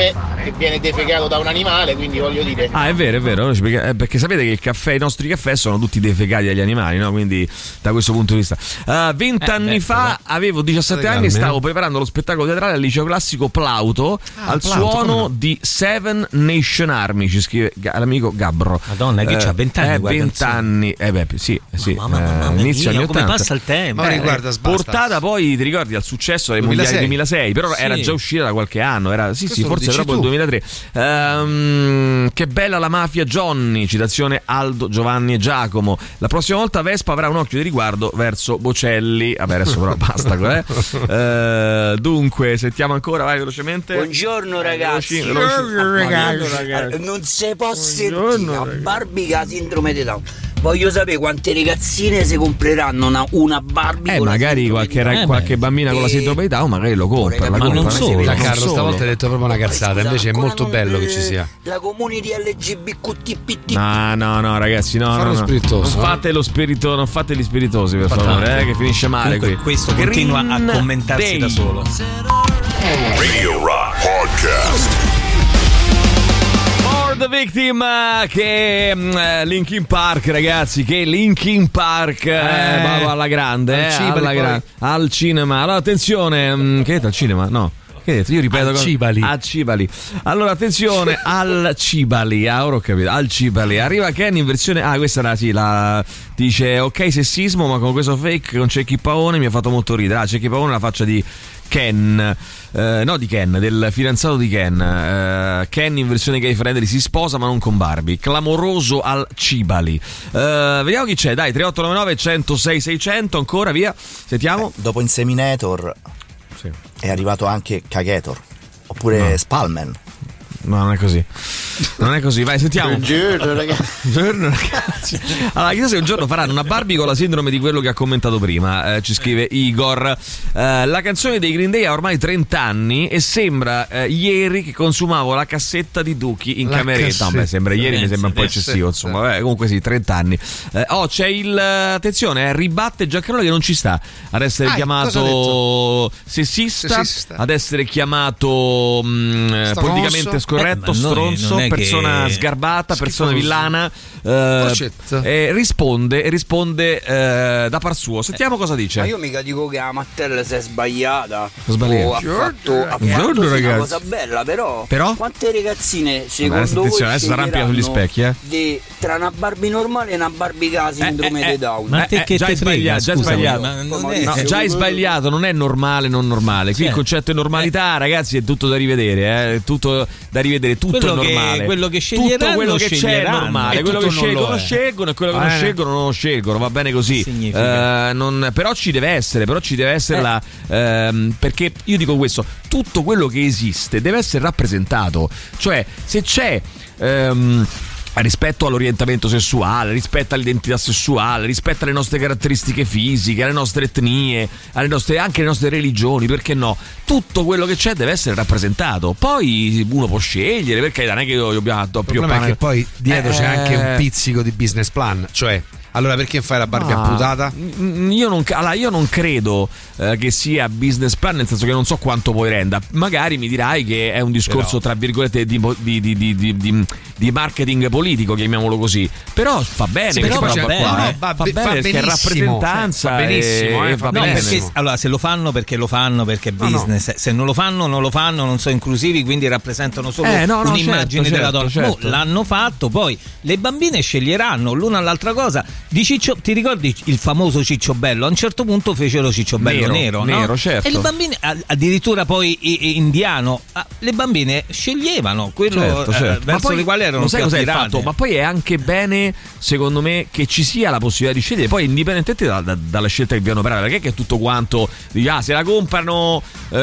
che viene defecato da un animale, quindi voglio dire. Ah, è vero, è vero, perché, perché sapete che il caffè, i nostri caffè sono tutti defecati dagli animali, no? Quindi da questo punto di vista. Vent'anni uh, eh, fa beh. avevo diciassette anni e stavo preparando lo spettacolo teatrale al liceo classico Plauto ah, al Plauto, suono come? di Seven Nation Army, ci scrive l'amico Gabbro. Madonna, che uh, c'ha vent'anni? Eh, vent'anni, eh beh, sì, sì. Mamma, mamma, mamma, inizio anni come ottanta. passa il tempo? Ma eh, riguarda, portata poi, ti ricordi, al successo dei mondiali del duemilasei, però sì. era già uscita da qualche anno, era sì, Questo sì, forse proprio il duemilatré. Um, che bella la mafia Johnny, citazione Aldo, Giovanni e Giacomo. La prossima volta Vespa avrà un occhio di riguardo verso Bocelli. Vabbè, adesso però basta, eh. uh, dunque, sentiamo ancora, vai velocemente. Buongiorno ragazzi. Buongiorno ragazzi. Non si può sentire a Barbie che ha sindrome di Down. Voglio sapere quante ragazzine si compreranno una, una Barbie. Eh, con magari qualche, ra- eh qualche bambina con la sindrome di Down magari lo compra. Ma non solo, non Carlo, solo. stavolta hai detto proprio una cazzata. Invece è molto bello che ci sia la community L G B T P. No, no, no, ragazzi, no, no, no. Non fate lo spirito, non fate gli spiritosi, per favore, eh, che finisce male qui. Questo continua a commentarsi da solo. Radio Rock Podcast. The Victim, che uh, Linkin Park, ragazzi, che Linkin Park eh, eh, alla grande, eh, alla gra- al cinema. Allora attenzione, um, che hai detto al cinema? No. Che hai detto? Io ripeto al Cibali. Al Cibali. Allora attenzione al Cibali, ah, ora ho capito, al Cibali. Arriva Ken in versione ah, questa era sì, la dice ok sessismo, ma con questo fake con Cecchi Paone mi ha fatto molto ridere. Ah, Cecchi Paone la faccia di Ken, eh, no di Ken, del fidanzato di Ken. eh, Ken in versione gay friendly si sposa ma non con Barbie. Clamoroso al Cibali. eh, Vediamo chi c'è, dai, tre otto nove nove uno zero sei sei zero zero, ancora, via, sentiamo. eh, Dopo Inseminator sì. È arrivato anche Cagator, oppure no. Spalman. No, non è così. Non è così, vai, sentiamo. Buongiorno ragazzi. Buongiorno ragazzi. Allora, chissà se un giorno faranno una Barbie con la sindrome di quello che ha commentato prima, eh, ci scrive Igor. Eh, la canzone dei Green Day ha ormai trenta anni e sembra eh, ieri che consumavo la cassetta di Duchi in la cameretta. No, beh, sembra ieri, mi sembra un po' eccessivo, insomma. Vabbè, comunque sì, trenta anni. Eh, oh, c'è il attenzione, eh, ribatte Giancarlo che non ci sta ad essere ah, chiamato sessista, sessista, ad essere chiamato mh, politicamente scorretto. Corretto, eh, stronzo, persona che... sgarbata, schifoso, persona villana, eh, e risponde e risponde eh, da par suo. Sentiamo cosa dice. Ma io mica dico che la Mattel si è sbagliata. Sbagliata. O ha fatto, ha fatto sì, una cosa bella, però, però? quante ragazzine secondo Vabbè, voi adesso arrampia sugli specchi, eh? Di, tra una Barbie normale e una Barbie che ha sindrome eh, eh, di Down? Ma te che eh, già è sbagliato, già sbagliato. Ma non è, no, già è sbagliato, non è normale, non normale. Qui sì. Il concetto è normalità, ragazzi, è tutto da rivedere, eh? È tutto da rivedere, tutto quello è normale. Che, quello che sceglieranno, tutto quello che c'è è normale, quello che scelgono scelgono e quello che non eh. scelgono non lo scelgono, va bene così. Eh, non, però ci deve essere, però ci deve essere eh. la ehm, perché io dico questo, tutto quello che esiste deve essere rappresentato. Cioè, se c'è ehm, rispetto all'orientamento sessuale, rispetto all'identità sessuale, rispetto alle nostre caratteristiche fisiche, alle nostre etnie, alle nostre, anche alle nostre religioni, perché no? Tutto quello che c'è deve essere rappresentato. Poi uno può scegliere, perché non è che io dobbiamo più. Il problema è che poi dietro eh, c'è anche un pizzico di business plan, cioè allora perché fai la Barbie ah, amputata? Io non, allora, io non credo eh, che sia business plan, nel senso che non so quanto poi renda. Magari mi dirai che è un discorso però, tra virgolette di, di, di, di, di, di, di marketing politico, chiamiamolo così. Però fa bene, sì, però fa bene, bene, qua, eh. fa bene fa perché è rappresentanza, fa benissimo, e, eh, fa no, benissimo. Perché, allora se lo fanno perché lo fanno perché è business, no, no. Se non lo fanno non lo fanno, non sono inclusivi, quindi rappresentano solo eh, no, no, un'immagine certo, della donna. Certo, certo. No, l'hanno fatto, poi le bambine sceglieranno l'una all'altra cosa. Di Ciccio, ti ricordi il famoso Ciccio Bello? A un certo punto fecero Ciccio Bello nero, nero, nero no? Certo. E le bambine, addirittura poi indiano, le bambine sceglievano quello certo, certo. Eh, verso poi, le quali erano più attirate. Ma poi è anche bene, secondo me, che ci sia la possibilità di scegliere, poi indipendentemente da, da, dalla scelta che viene operata, perché che è tutto quanto dici, ah, se la comprano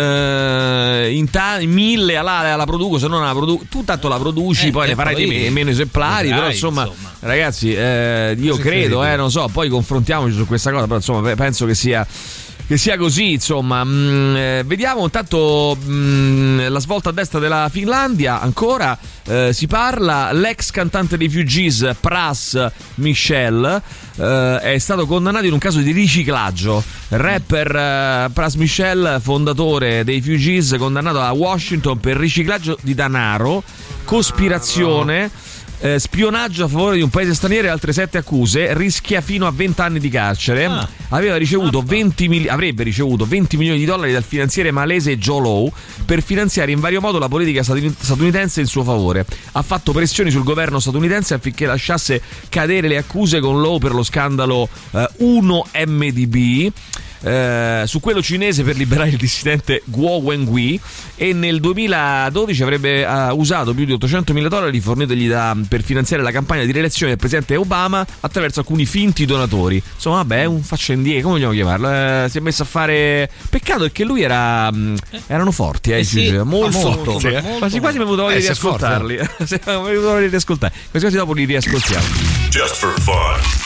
eh, in, ta- in mille la, la produco, se non la produco, tu tanto la produci, eh, poi ne farai poi, meno esemplari, però insomma, insomma. ragazzi, eh, io credo, eh, non so, poi confrontiamoci su questa cosa, però insomma penso che sia che sia così, insomma. Mm, eh, vediamo intanto mm, la svolta a destra della Finlandia. Ancora eh, si parla, l'ex cantante dei Fugees Pras Michel eh, è stato condannato in un caso di riciclaggio. Il rapper eh, Pras Michel, fondatore dei Fugees, condannato a Washington per riciclaggio di denaro, cospirazione, Eh, spionaggio a favore di un paese straniero e altre sette accuse, rischia fino a venti anni di carcere. Ah. Aveva ricevuto venti mil- avrebbe ricevuto venti milioni di dollari dal finanziere malese Joe Low per finanziare in vario modo la politica statunitense in suo favore. Ha fatto pressioni sul governo statunitense affinché lasciasse cadere le accuse con Low per lo scandalo eh, uno M D B. Eh, su quello cinese per liberare il dissidente Guo Wengui, e nel duemiladodici avrebbe eh, usato più di ottocentomila dollari fornitegli da, per finanziare la campagna di rielezione del presidente Obama attraverso alcuni finti donatori. Insomma, vabbè, è un faccendiere, come vogliamo chiamarlo? Eh, si è messo a fare. Peccato è che lui era mh, erano forti, eh, eh sì, molto, molto, molto, eh. molto quasi quasi mi è venuto voglia eh, di ascoltarli. Mi è venuto voglia di ascoltare. Quasi quasi dopo li riascoltiamo. Just for fun.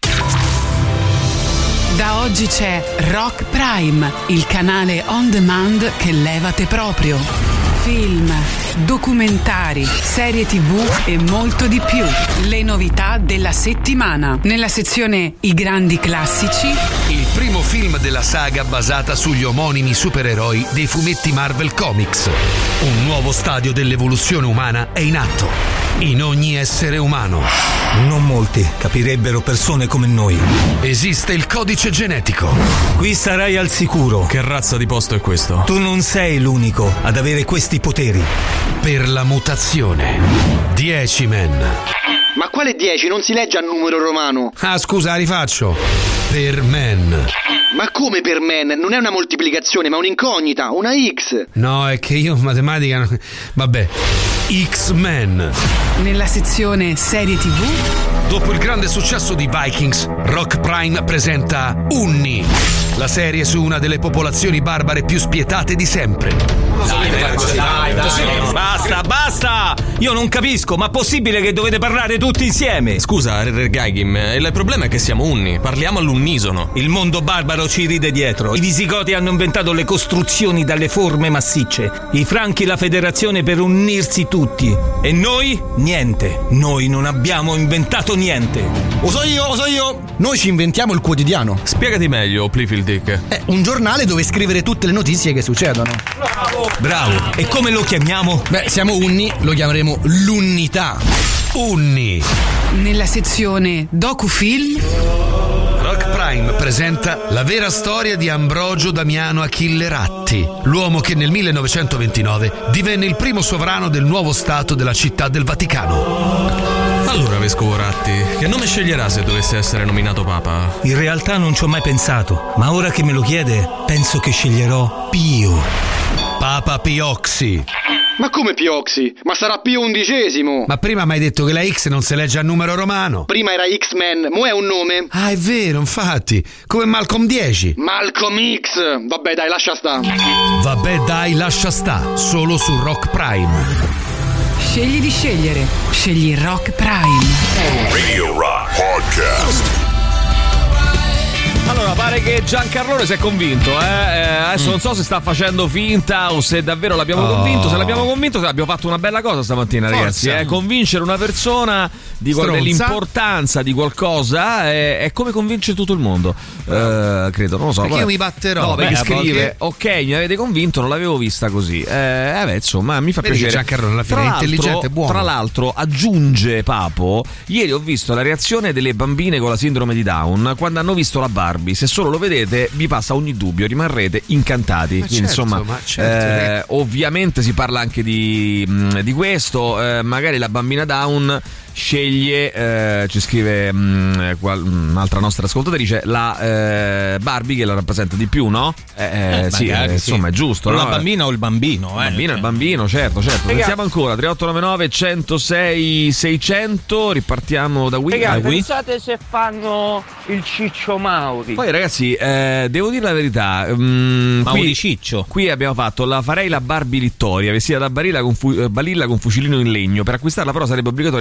Da oggi c'è Rock Prime, il canale on demand che levate proprio. Film, documentari, serie tivù e molto di più. Le novità della settimana. Nella sezione I grandi classici, il primo film della saga basata sugli omonimi supereroi dei fumetti Marvel Comics. Un nuovo stadio dell'evoluzione umana è in atto. In ogni essere umano. Non molti capirebbero persone come noi. Esiste il codice genetico. Qui sarai al sicuro. Che razza di posto è questo? Tu non sei l'unico ad avere questi poteri. Per la mutazione. dieci men. Ma quale dieci? Non si legge a numero romano. Ah, scusa, rifaccio. Per men. Ma come per men? Non è una moltiplicazione, ma un'incognita, una X. No, è che io in matematica non... Vabbè. X-Men. Nella sezione serie tivù, dopo il grande successo di Vikings, Rock Prime presenta Unni, la serie su una delle popolazioni barbare più spietate di sempre. Dai, dai, dai, dai, basta, basta! Io non capisco, ma possibile che dovete parlare tutti insieme? Scusa, Re Gaigim, il problema è che siamo unni, parliamo all'unisono. Il mondo barbaro ci ride dietro. I visigoti hanno inventato le costruzioni dalle forme massicce, i franchi la federazione per unirsi tutti. E noi? Niente. Noi non abbiamo inventato niente. Lo so io, lo so io. Noi ci inventiamo il quotidiano. Spiegati meglio, Pleafield Dick. È un giornale dove scrivere tutte le notizie che succedono. Bravo. Bravo. E come lo chiamiamo? Beh, siamo unni, lo chiameremo l'unità. Unni. Nella sezione docufilm, Rock Prime presenta la vera storia di Ambrogio Damiano Achille Ratti, l'uomo che nel millenovecentoventinove divenne il primo sovrano del nuovo stato della Città del Vaticano. Allora, Vescovo Ratti, che nome sceglierà se dovesse essere nominato Papa? In realtà non ci ho mai pensato, ma ora che me lo chiede, penso che sceglierò Pio. Papa Pioxi. Ma come Pioxi? Ma sarà Pio undicesimo. Ma prima mi hai detto che la X non si legge a numero romano. Prima era X-Men, mo è un nome. Ah, è vero, infatti. Come Malcolm dieci. Malcolm X. Vabbè, dai, lascia sta. Vabbè, dai, lascia sta. Solo su Rock Prime. Scegli di scegliere. Scegli Rock Prime. Radio Rock Podcast. Allora, pare che Giancarlone si è convinto, eh? Eh, adesso mm. non so se sta facendo finta o se davvero l'abbiamo oh. convinto. Se l'abbiamo convinto, abbiamo fatto una bella cosa stamattina, Forza. ragazzi. Eh? Convincere una persona di qual- dell'importanza di qualcosa è, è come convincere tutto il mondo. Eh, credo, non lo so. Perché vabbè. io mi batterò. No, perché Beh, scrive, ok, mi avete convinto, non l'avevo vista così. Eh, beh, insomma, mi fa Vedi piacere. Giancarlone alla fine è intelligente, è buono. Tra l'altro, aggiunge Papo, ieri ho visto la reazione delle bambine con la sindrome di Down quando hanno visto la Barbie. Se solo lo vedete, vi passa ogni dubbio, rimarrete incantati. Ma Quindi, certo, insomma, ma certo, eh, ovviamente si parla anche di, di questo. Eh, magari la bambina Down sceglie, eh, ci scrive mh, qual, un'altra nostra ascoltatrice, la eh, Barbie che la rappresenta di più, no? Eh, eh, sì, eh, sì, insomma, è giusto. O no? la bambina o il bambino, eh. Il bambino e il bambino, certo, certo. Sentiamo ancora tre otto nove nove centosei seicento. Ripartiamo da qui. Raga, pensate se fanno il Ciccio Mauri. Poi, ragazzi, eh, devo dire la verità. Mh, Mauri qui, Ciccio. Qui abbiamo fatto la farei la Barbie Littoria, vestita da Barilla con, fu- Balilla con fucilino in legno. Per acquistarla, però, sarebbe obbligatorio avere documenti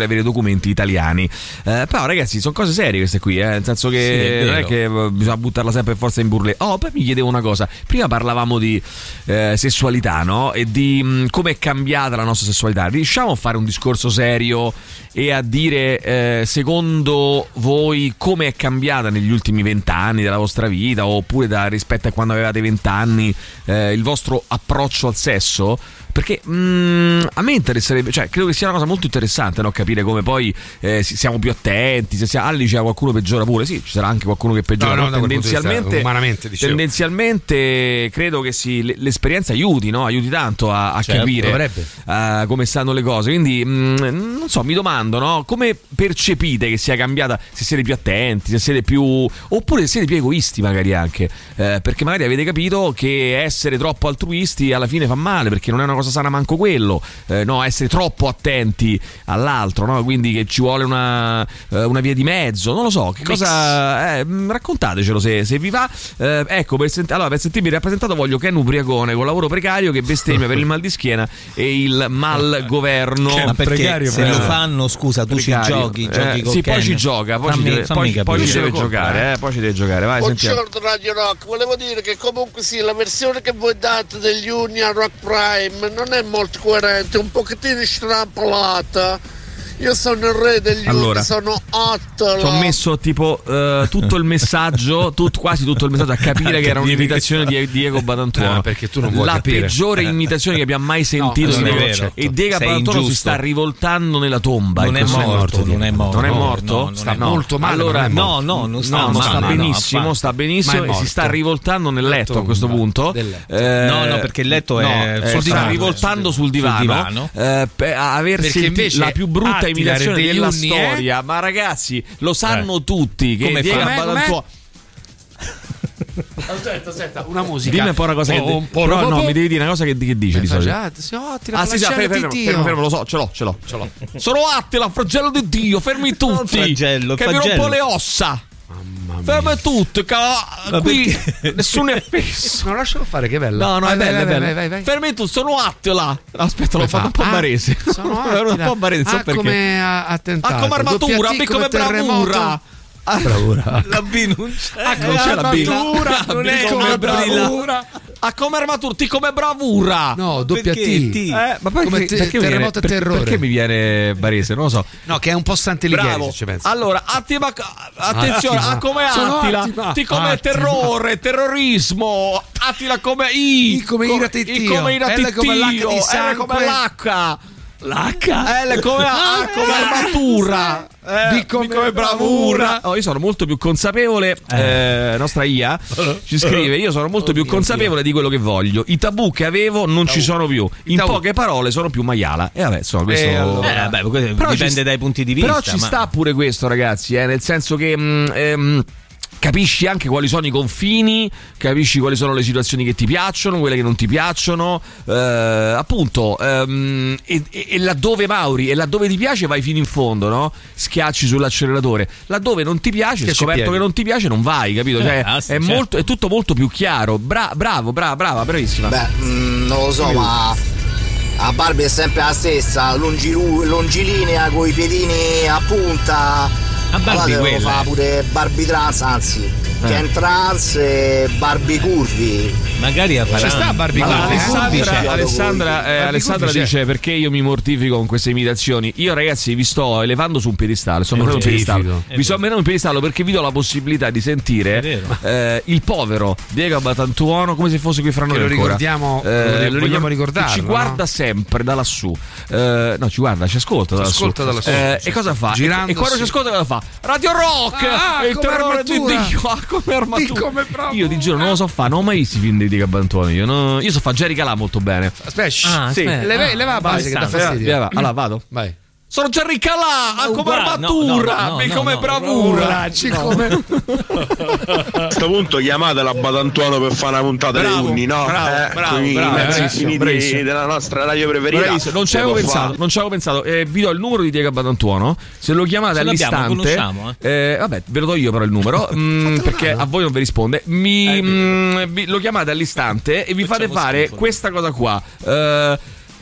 argomenti italiani. Eh, però ragazzi, sono cose serie queste qui, eh, nel senso che sì, non è che bisogna buttarla sempre per forza in burlè. Oh, poi mi chiedevo una cosa, prima parlavamo di eh, sessualità, no? E di mh, come è cambiata la nostra sessualità. Riusciamo a fare un discorso serio e a dire eh, secondo voi come è cambiata negli ultimi vent'anni della vostra vita, oppure da, rispetto a quando avevate vent'anni, eh, il vostro approccio al sesso? Perché mh, a me interesserebbe, cioè credo che sia una cosa molto interessante, no? Capire come poi eh, siamo più attenti, se siamo, Ali diceva qualcuno peggiora pure, sì, ci sarà anche qualcuno che peggiora, no, no, tendenzialmente, umanamente, tendenzialmente credo che sì, l'esperienza aiuti, no? Aiuti tanto a, a certo, capire uh, come stanno le cose, quindi mh, non so, mi domando, no? Come percepite che sia cambiata, se siete più attenti, se siete più, oppure se siete più egoisti magari anche, eh, perché magari avete capito che essere troppo altruisti alla fine fa male, perché non è una cosa sana manco quello, eh, no, essere troppo attenti all'altro, no? Quindi che ci vuole una, eh, una via di mezzo, non lo so, che cosa, eh, raccontatecelo se, se vi va. Eh, ecco, per, sent- allora, per sentirmi rappresentato voglio Ken Ubriacone con lavoro precario che bestemmia per il mal di schiena e il malgoverno. Ma perché precario, se però. Lo fanno, scusa, tu precario. ci giochi, giochi eh, con sì, Ken. poi ci gioca, poi fammi, ci deve, fammi poi, poi ci deve giocare, eh, poi ci deve giocare, vai, sentiamo. Buongiorno Radio Rock, volevo dire che comunque sì, la versione che voi date degli Union Rock Prime non è molto coerente, un pochettino strampolata. Io sono il re degli allora, Uni, sono Attila. Ci ho messo tipo uh, tutto il messaggio, tut, quasi tutto il messaggio a capire che era un'imitazione di Diego Badantuono. No, perché tu non vuoi la capire. peggiore imitazione che abbiamo mai sentito. No, Diego, vero, e Diego Badantuono ingiusto. si sta rivoltando nella tomba. Non è morto, morto, non è morto. Non è morto? No, non sta è molto male. Allora, no, no, non sta, no, male, sta no, benissimo, no, sta benissimo e si sta rivoltando nel letto a questo punto. Eh, no, no, perché il letto è no, si sta rivoltando sul divano, eh, per aver sentito la più brutta imitazione della storia, eh? Ma ragazzi, lo sanno eh. tutti che come Diego Badantuono. Aspetta, aspetta, una musica. Dimmi un po' una cosa oh, che un però no, mi devi dire una cosa che, che dice di solito. Ah, sì, ah sì, sì, fermo, fermo, fermo, fermo, lo so, ce l'ho, ce l'ho. Ce l'ho. Sono Attila, flagello di Dio, fermi tutti. Flagello, che vi rompo le ossa. Fermi tutti, che qui nessuno è fisso. Non lascialo fare, che bello. No, no, vai, è bello, vai, è bello. Vai, vai, vai. Fermi tutti, sono Attila. Aspetta, l'ho fatto un po' barese. Sono Attila. un po' barese, so ah, perché. come attentato. Ah, come armatura, B come bravura. Ah, bravura. La B non c'è. Ah, non c'è la B. Non è come bravura. Ah, come armatura, T come bravura. No, doppia T. Eh, ma perché, come te, perché terremoto viene, e terrore. Perché mi viene barese? Non lo so. No, che è un po' Sant'Elighieri, se ci pensi. Allora, Attila, attenzione, Attila. Ah, come Attila, T come Attila. Terrore, terrorismo. Attila come I, I come ira ti I come ira ti come l'H di sangue. L come l'H. L'H L come A, come armatura. Eh, B come, come bravura. Oh, io sono molto più consapevole. Eh. Eh, nostra I A ci scrive: io sono molto oh più consapevole Dio. di quello che voglio. I tabù che avevo non tabù. ci sono più. In tabù. poche parole sono più maiala. E vabbè, insomma, questo eh, allora. eh, vabbè, però dipende sta, dai punti di vista. Però ci ma... sta pure questo, ragazzi. Eh, nel senso che. Mh, ehm, capisci anche quali sono i confini, capisci quali sono le situazioni che ti piacciono, quelle che non ti piacciono, eh, appunto, ehm, e, e laddove Mauri, e laddove ti piace vai fino in fondo, no? Schiacci sull'acceleratore. Laddove non ti piace, hai scoperto che non ti piace, non vai, capito? Cioè, eh, ah, sì, è, certo. molto, è tutto molto più chiaro. Bra- bravo, brava, brava, bravissima. Beh, mh, non lo so, Io. ma a Barbie è sempre la stessa, longilu- longilinea con i piedini a punta. A Barbie allora fa pure Barbie trans, anzi eh. Ken trans e Barbie curvi. Magari a Ci sta Barbie curvi. Alessandra, eh? Alessandra, eh, Alessandra dice: perché io mi mortifico con queste imitazioni? Io ragazzi vi sto elevando su un piedistallo, sto mettendo un piedistallo. Vi sto mettendo un piedistallo perché vi do la possibilità di sentire eh, il povero Diego Badantuono come se fosse qui fra noi. Lo ancora. ricordiamo, eh, lo vogliamo ricordare. Ci guarda no? sempre da lassù. Eh, no, ci guarda, ci ascolta da lassù. Ascolta da lassù. Eh, e cosa fa? E, e quando ci ascolta cosa fa? Radio Rock! Ah, il terrore di Dio! Ah, come armatura! Come io ti giuro, non lo so fare, non ho mai visto i film di Diego Badantuono. Io, no, io so fare Jerry Calà molto bene. Aspetta, ah, sì. leva, ah, leva la base che dà fastidio. Va, allora vado. Vai. Sono Jerry Calà, come uguale, armatura, no, no, no, come no, bravura. No. Come... A questo punto chiamate la Badantuono per fare una puntata dei Unni, no? Bravo, eh, bravo, i bravo, mezzi finiti della nostra radio preferita. Non ci avevo pensato, non ci avevo pensato. Eh, vi do il numero di Diego Badantuono. Se lo chiamate Ce all'istante, eh. Eh, vabbè, ve lo do io però il numero, mh, perché a voi non vi risponde. Mi, eh, mh, vi, lo chiamate all'istante e vi fate fare schifo. questa cosa qua. Eh,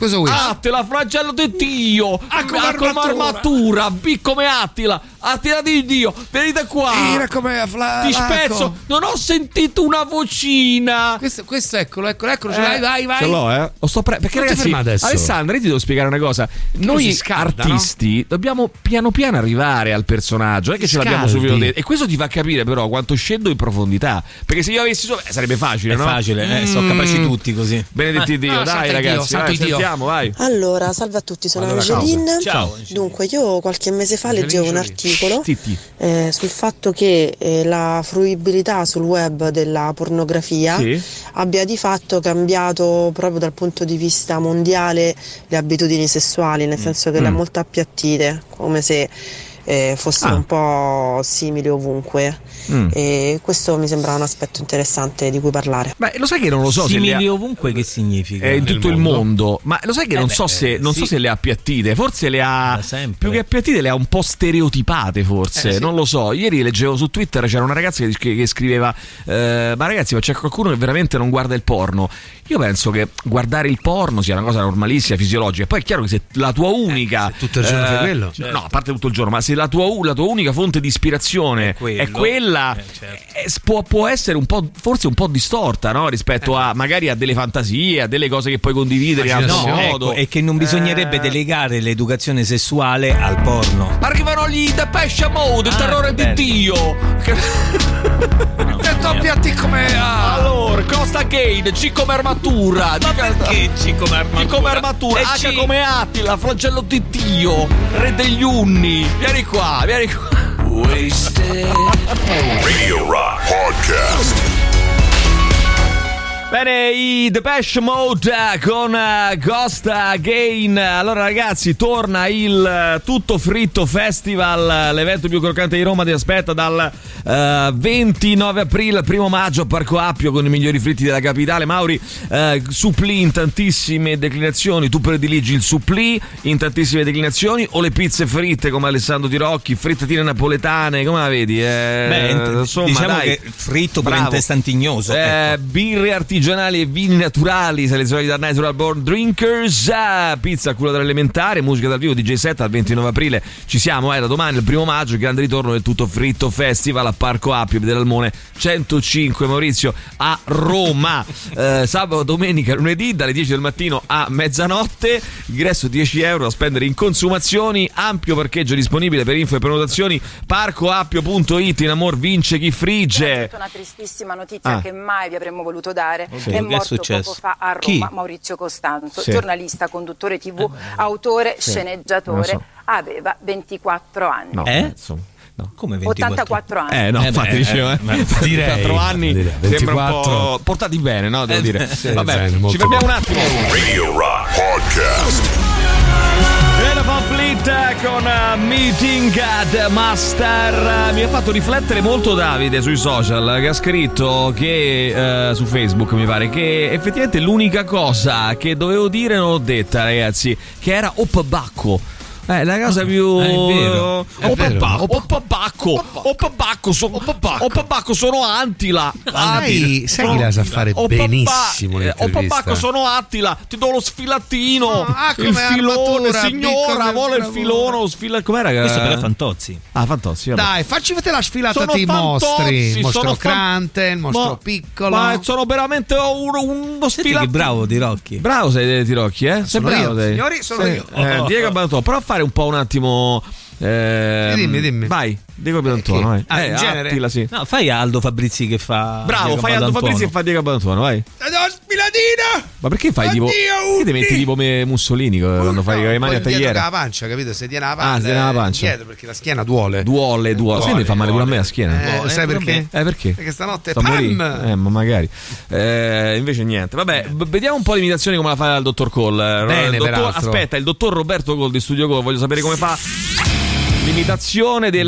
Cosa vuoi? Attila, flagello di Dio. A come armatura. B come Attila. Attila di Dio. Venite qua. Era come fla- Ti spezzo. Non ho sentito una vocina. Questo, questo eccolo, eccolo, eccolo. Ce l'hai, vai, vai. Ce l'ho, eh. Lo sto pre- perché non ragazzi, Alessandra, io ti devo spiegare una cosa. Noi scalda, artisti, no? Dobbiamo piano piano arrivare al personaggio. Non è che ce l'abbiamo subito detto. E questo ti fa capire però quanto scendo in profondità. Perché se io avessi solo eh, sarebbe facile, è no? Facile, eh, mm. sono capaci tutti così. Benedetti Dio, no, dai ragazzi, Dio, vai, sentiamo, vai. Allora, salve a tutti, sono allora, Angeline. Ciao. Dunque, io qualche mese fa Angelina leggevo un Jolie. articolo Zitti. eh, sul fatto che eh, la fruibilità sul web della pornografia Sì. abbia di fatto cambiato proprio dal punto di vista mondiale le abitudini sessuali, nel senso che le ha Mm. molto appiattite, come se eh, fossero Ah. un po' simili ovunque. Mm. E questo mi sembra un aspetto interessante di cui parlare. Beh, lo sai che non lo so Simili se le ha... ovunque che significa? È in tutto il mondo. mondo, ma lo sai che Eh non beh, so se non sì. so se le ha appiattite, forse le ha Da sempre. più che appiattite le ha un po' stereotipate, forse, Eh, sì. non lo so. Ieri leggevo su Twitter, c'era una ragazza che, che scriveva eh, ma ragazzi, ma c'è qualcuno che veramente non guarda il porno? Io penso che guardare il porno sia una cosa normalissima, fisiologica. Poi è chiaro che se la tua unica Eh, se tutto il giorno fai quello? Certo. No, a parte tutto il giorno, ma se la tua, la tua unica fonte di ispirazione È quello. è quella Eh, certo. eh, può, può essere un po', forse un po' distorta, no? Rispetto a magari a delle fantasie, a delle cose che puoi condividere in altro No, modo. ecco, e che non bisognerebbe Eh. delegare l'educazione sessuale al porno. Arrivano gli Depeche Mode, il Ah, terrore bello. di Dio. Che... Che doppiati come ah. Allora, Costa Gate, C come armatura. Ma perché C come armatura? C come armatura, E H C- come Attila, flagello di Dio, re degli unni. Vieni qua, vieni qua. Radio Rock Podcast. Bene, i Depeche Mode eh, con eh, Ghost Again. Allora ragazzi, torna il eh, Tutto Fritto Festival, eh, l'evento più croccante di Roma. Ti aspetta dal eh, ventinove aprile al primo maggio a Parco Appio con i migliori fritti della capitale. Mauri, eh, supplì in tantissime declinazioni. Tu prediligi il supplì in tantissime declinazioni o le pizze fritte come Alessandro Tirocchi, frittatine napoletane, come la vedi? Eh, Beh, int- insomma, diciamo dai. che fritto Bravo. puramente stantignoso. Eh, ecco. birre artigianali e vini naturali selezionati da Natural Born Drinkers, eh, pizza a culo dell'elementare, musica dal vivo, D J set al ventinove aprile. Ci siamo, eh, da domani il primo maggio, il grande ritorno del Tutto Fritto Festival a Parco Appio, dell'Almone centocinque, Maurizio, a Roma. Eh, sabato, domenica, lunedì dalle dieci del mattino a mezzanotte. Ingresso dieci euro da spendere in consumazioni. Ampio parcheggio disponibile. Per info e prenotazioni parcoappio punto it. In amor vince chi frigge. Una tristissima notizia Ah. che mai vi avremmo voluto dare. Sì. È Che è morto successo? poco fa a Roma Chi? Maurizio Costanzo, Sì. giornalista, conduttore tivù, autore, Sì. sceneggiatore. Non so. Aveva ventiquattro anni. No, Eh? insomma, no. Come ventiquattro? ottantaquato anni. Eh no, Eh, infatti beh, dicevo, eh, eh. ma ventiquattro anni direi, sembra un ventiquattro. po' portati bene, no? Devo Eh, dire. sì, Vabbè, bene, molto ci fermiamo un attimo. Radio Rock Podcast. Bella Van Fleet con uh, Meeting at Master. Mi ha fatto riflettere molto Davide sui social, che ha scritto che uh, su Facebook mi pare che effettivamente l'unica cosa che dovevo dire non l'ho detta, ragazzi, che era Oppabacco. Eh, la cosa più è vero, è Oppabacco, Oppabacco, Oppabacco, so- Oppabacco sono Attila. Sai, sai chi la sa fare Oppabà- benissimo eh, l'intervista? Oppabacco sono Attila, ti do lo sfilatino. ah, come il filone, armatura, signora, piccolo vuole il bravura. filone, lo sfila. Com'era? che- Questo però è Fantozzi. Ah, Fantozzi, vabbè. Dai, facci vedere la sfilata Sono dei mostri. Fantozzi, Il mostro sono fan- Crante, il mostro Ma- piccolo. Ma sono veramente uno, uno Senti sfilatino. che bravo di Rocchi. Bravo sei Tirocchi, eh? Sei Sono bravo io, sei. signori, sono Sei- io. eh, Diego Abbantuono, prova a fare un po' un attimo. ehm, Dimmi, dimmi. Vai, Diego Abbantuono, vai. Ah, Eh, in genere? Attila, sì. No, fai Aldo Fabrizi che fa. Bravo, Diego fai Aldo Badantuono. Fabrizi e fa Diego Abbantuono, vai. La sfilatina! Ma perché fai tipo. Oddio, Perché ti metti tipo me Mussolini quando fai le mani a Poi dietro tagliere? con la pancia, capito? Se tiene la pancia, Ah, se tiene la pancia. dietro, perché la schiena duole. Duole, duole. Sai, mi fa male pure a me la schiena. Eh, sai perché? Eh, perché? Perché stanotte Sto a morire. pam! Eh, ma magari. Eh, invece niente. Vabbè, v- vediamo un po' l'imitazione come la fa il dottor Cole. Bene, Il dottor- peraltro. aspetta, il dottor Roberto Cole di Studio Cole, voglio sapere come fa l'imitazione del.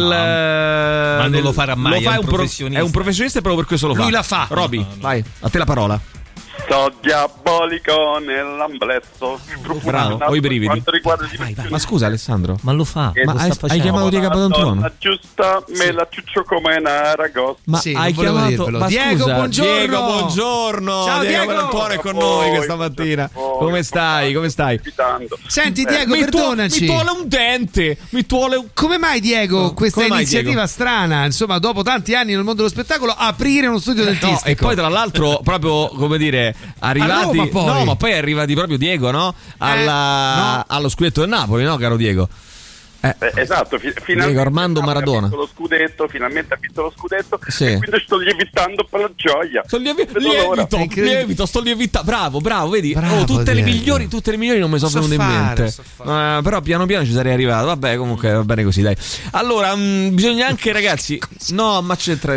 Ma non lo farà mai, Lo fa è un pro- professionista. È un professionista e proprio per questo lo fa. Lui la fa. Roby, No, no, no. vai, a te la parola. So diabolico nell'amblesso. Bravo, ho i brividi. Quanto riguarda vai, vai. Ma scusa Alessandro, ma lo fa? Ma hai, hai chiamato Diego Padantuono? La giusta me sì. la ciuccio come una ragosta. Ma sì, hai chiamato ma Diego, scusa, buongiorno. Diego, buongiorno. Ciao Diego Diego. Padantuono è con noi questa mattina. Come stai? Come stai? Senti Diego, mi perdonaci. Mi tuole un dente. Mi tuole un... Come mai Diego no, questa iniziativa mai, strana, insomma, dopo tanti anni nel mondo dello spettacolo, aprire uno studio dentistico? No, e poi tra l'altro proprio come dire arrivati Roma, poi. No, ma poi è arrivati proprio Diego, no? Alla, eh, no. Allo scudetto del Napoli, no, caro Diego? Eh, eh, esatto, fi- finalmente Diego Armando Maradona ha vinto lo scudetto, finalmente ha vinto lo scudetto sì. e quindi sto lievitando per la gioia. Sto lievi- lievito, lievito, sto lievitando. Bravo, bravo, vedi? Bravo, oh, tutte Diego. le migliori, tutte le migliori non mi sono so venute in mente. So uh, però piano piano ci sarei arrivato. Vabbè, comunque va bene così, dai. Allora, mh, bisogna anche, ragazzi, no, ma c'è tre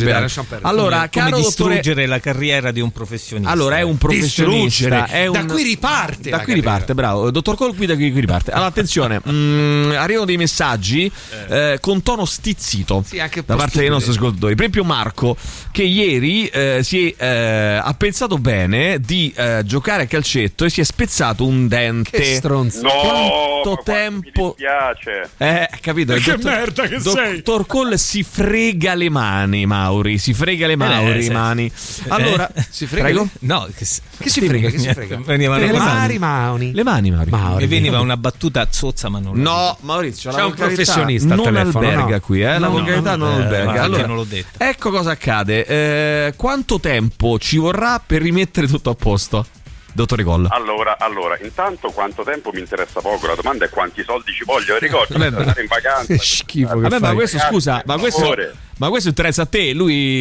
Allora, come, caro come distruggere dottore... la carriera di un professionista. Allora, è un professionista, è un... da qui riparte. Da qui riparte, bravo. Dottor Col, qui da qui riparte. Allora, attenzione, mh, arrivano dei messaggi Eh, con tono stizzito sì, anche da parte dei nostri ascoltatori. Per esempio Marco, che ieri eh, si è, eh, ha pensato bene di eh, giocare a calcetto e si è spezzato un dente. Che stronzo. No, quanto tempo mi dispiace. Eh, capito? Che dottor, merda che dottor sei. Dottor Cole si frega le mani, Mauri, si frega le Mauri, eh, mani. Allora, eh, si frega prego? Le... No, che, che si frega, che si frega. Venivano le mani, Mauri. Le mani, Mauri. Mauri. E veniva una battuta zozza, ma non No, Maurizio, c'è un professionista al non telefono, alberga no. qui, eh? La no, volgarità no, non eh, alberga. Allora, non l'ho detto. Ecco cosa accade. Eh, quanto tempo ci vorrà per rimettere tutto a posto? Dottore Colla. Allora, allora, intanto quanto tempo mi interessa poco, la domanda è quanti soldi ci voglio, ricordo andare in vacanza. Che schifo che Vabbè, fai. ma questo scusa, ma questo, ma questo interessa a te,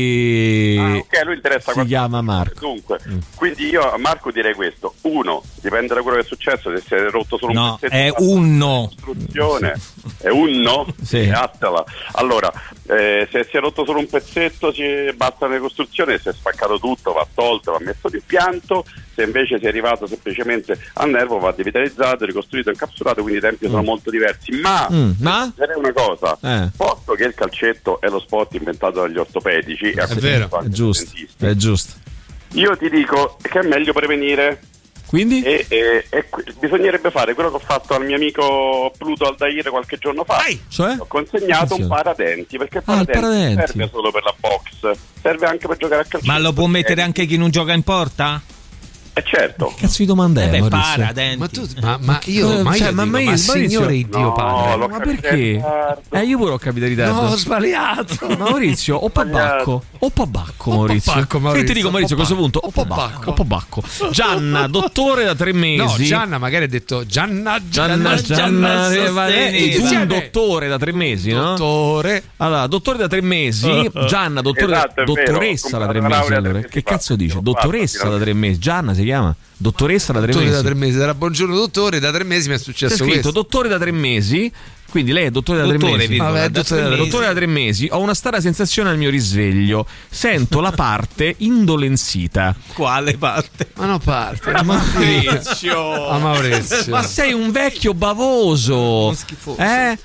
lui ah, ok, lui interessa si chiama Marco. Dunque, mm. quindi io a Marco direi questo. Uno, dipende da quello che è successo, se si è rotto solo no, un pezzetto. È un no. È un no? Sì. Attala. Allora, eh, se si è rotto solo un pezzetto ci basta una ricostruzione, se è spaccato tutto va tolto, va messo l'impianto, se invece si è arrivato semplicemente al nervo va devitalizzato, ricostruito, incapsulato, quindi i tempi mm. sono molto diversi. Ma, mm. ma? direi una cosa, eh. posto che il calcetto è lo sport inventato dagli ortopedici, è, è vero, è giusto, è giusto. Io ti dico che è meglio prevenire. Quindi? E, e, e bisognerebbe fare quello che ho fatto al mio amico Pluto Aldair qualche giorno fa. Ai, cioè? Ho consegnato un paradenti, perché il ah, paradenti, paradenti serve solo per la box, serve anche per giocare a calcio. Ma lo può mettere anche chi non gioca in porta? Eh certo. Che cazzo di domanda è? Eh beh, Maurizio? paradenti. Ma tu ma, ma io ma cioè, io ma, dico, ma, io, ma signore Dio no, padre. Ma perché? Eh io pure ho capito di No, ho sbagliato. Maurizio, o pabacco, o pabacco Maurizio. Pabacco, Maurizio. Che ti dico Maurizio a questo punto? O pabacco, o pabacco. Gianna, dottore da tre mesi. No, Gianna magari ha detto Gianna Gianna Gianna, Gianna e un dottore da tre mesi, no? Dottore. Allora, dottore da tre mesi, Gianna, dottore esatto, dottoressa da tre mesi. Allora. Che cazzo dice? Dottoressa da tre mesi. Gianna si chiama? Dottoressa da tre dottore mesi. da tre mesi. Era buongiorno dottore, da tre mesi mi è successo C'è scritto questo. dottore da tre mesi. Quindi lei è dottore da dottore, tre mesi. Virgola, Vabbè, da dottore, tre da mesi. Dottore da tre mesi. Ho una strana sensazione al mio risveglio. Sento la parte indolenzita. Quale parte? Ma no parte. A Maurizio. A Maurizio. Ma sei un vecchio bavoso. Un schifoso. Eh?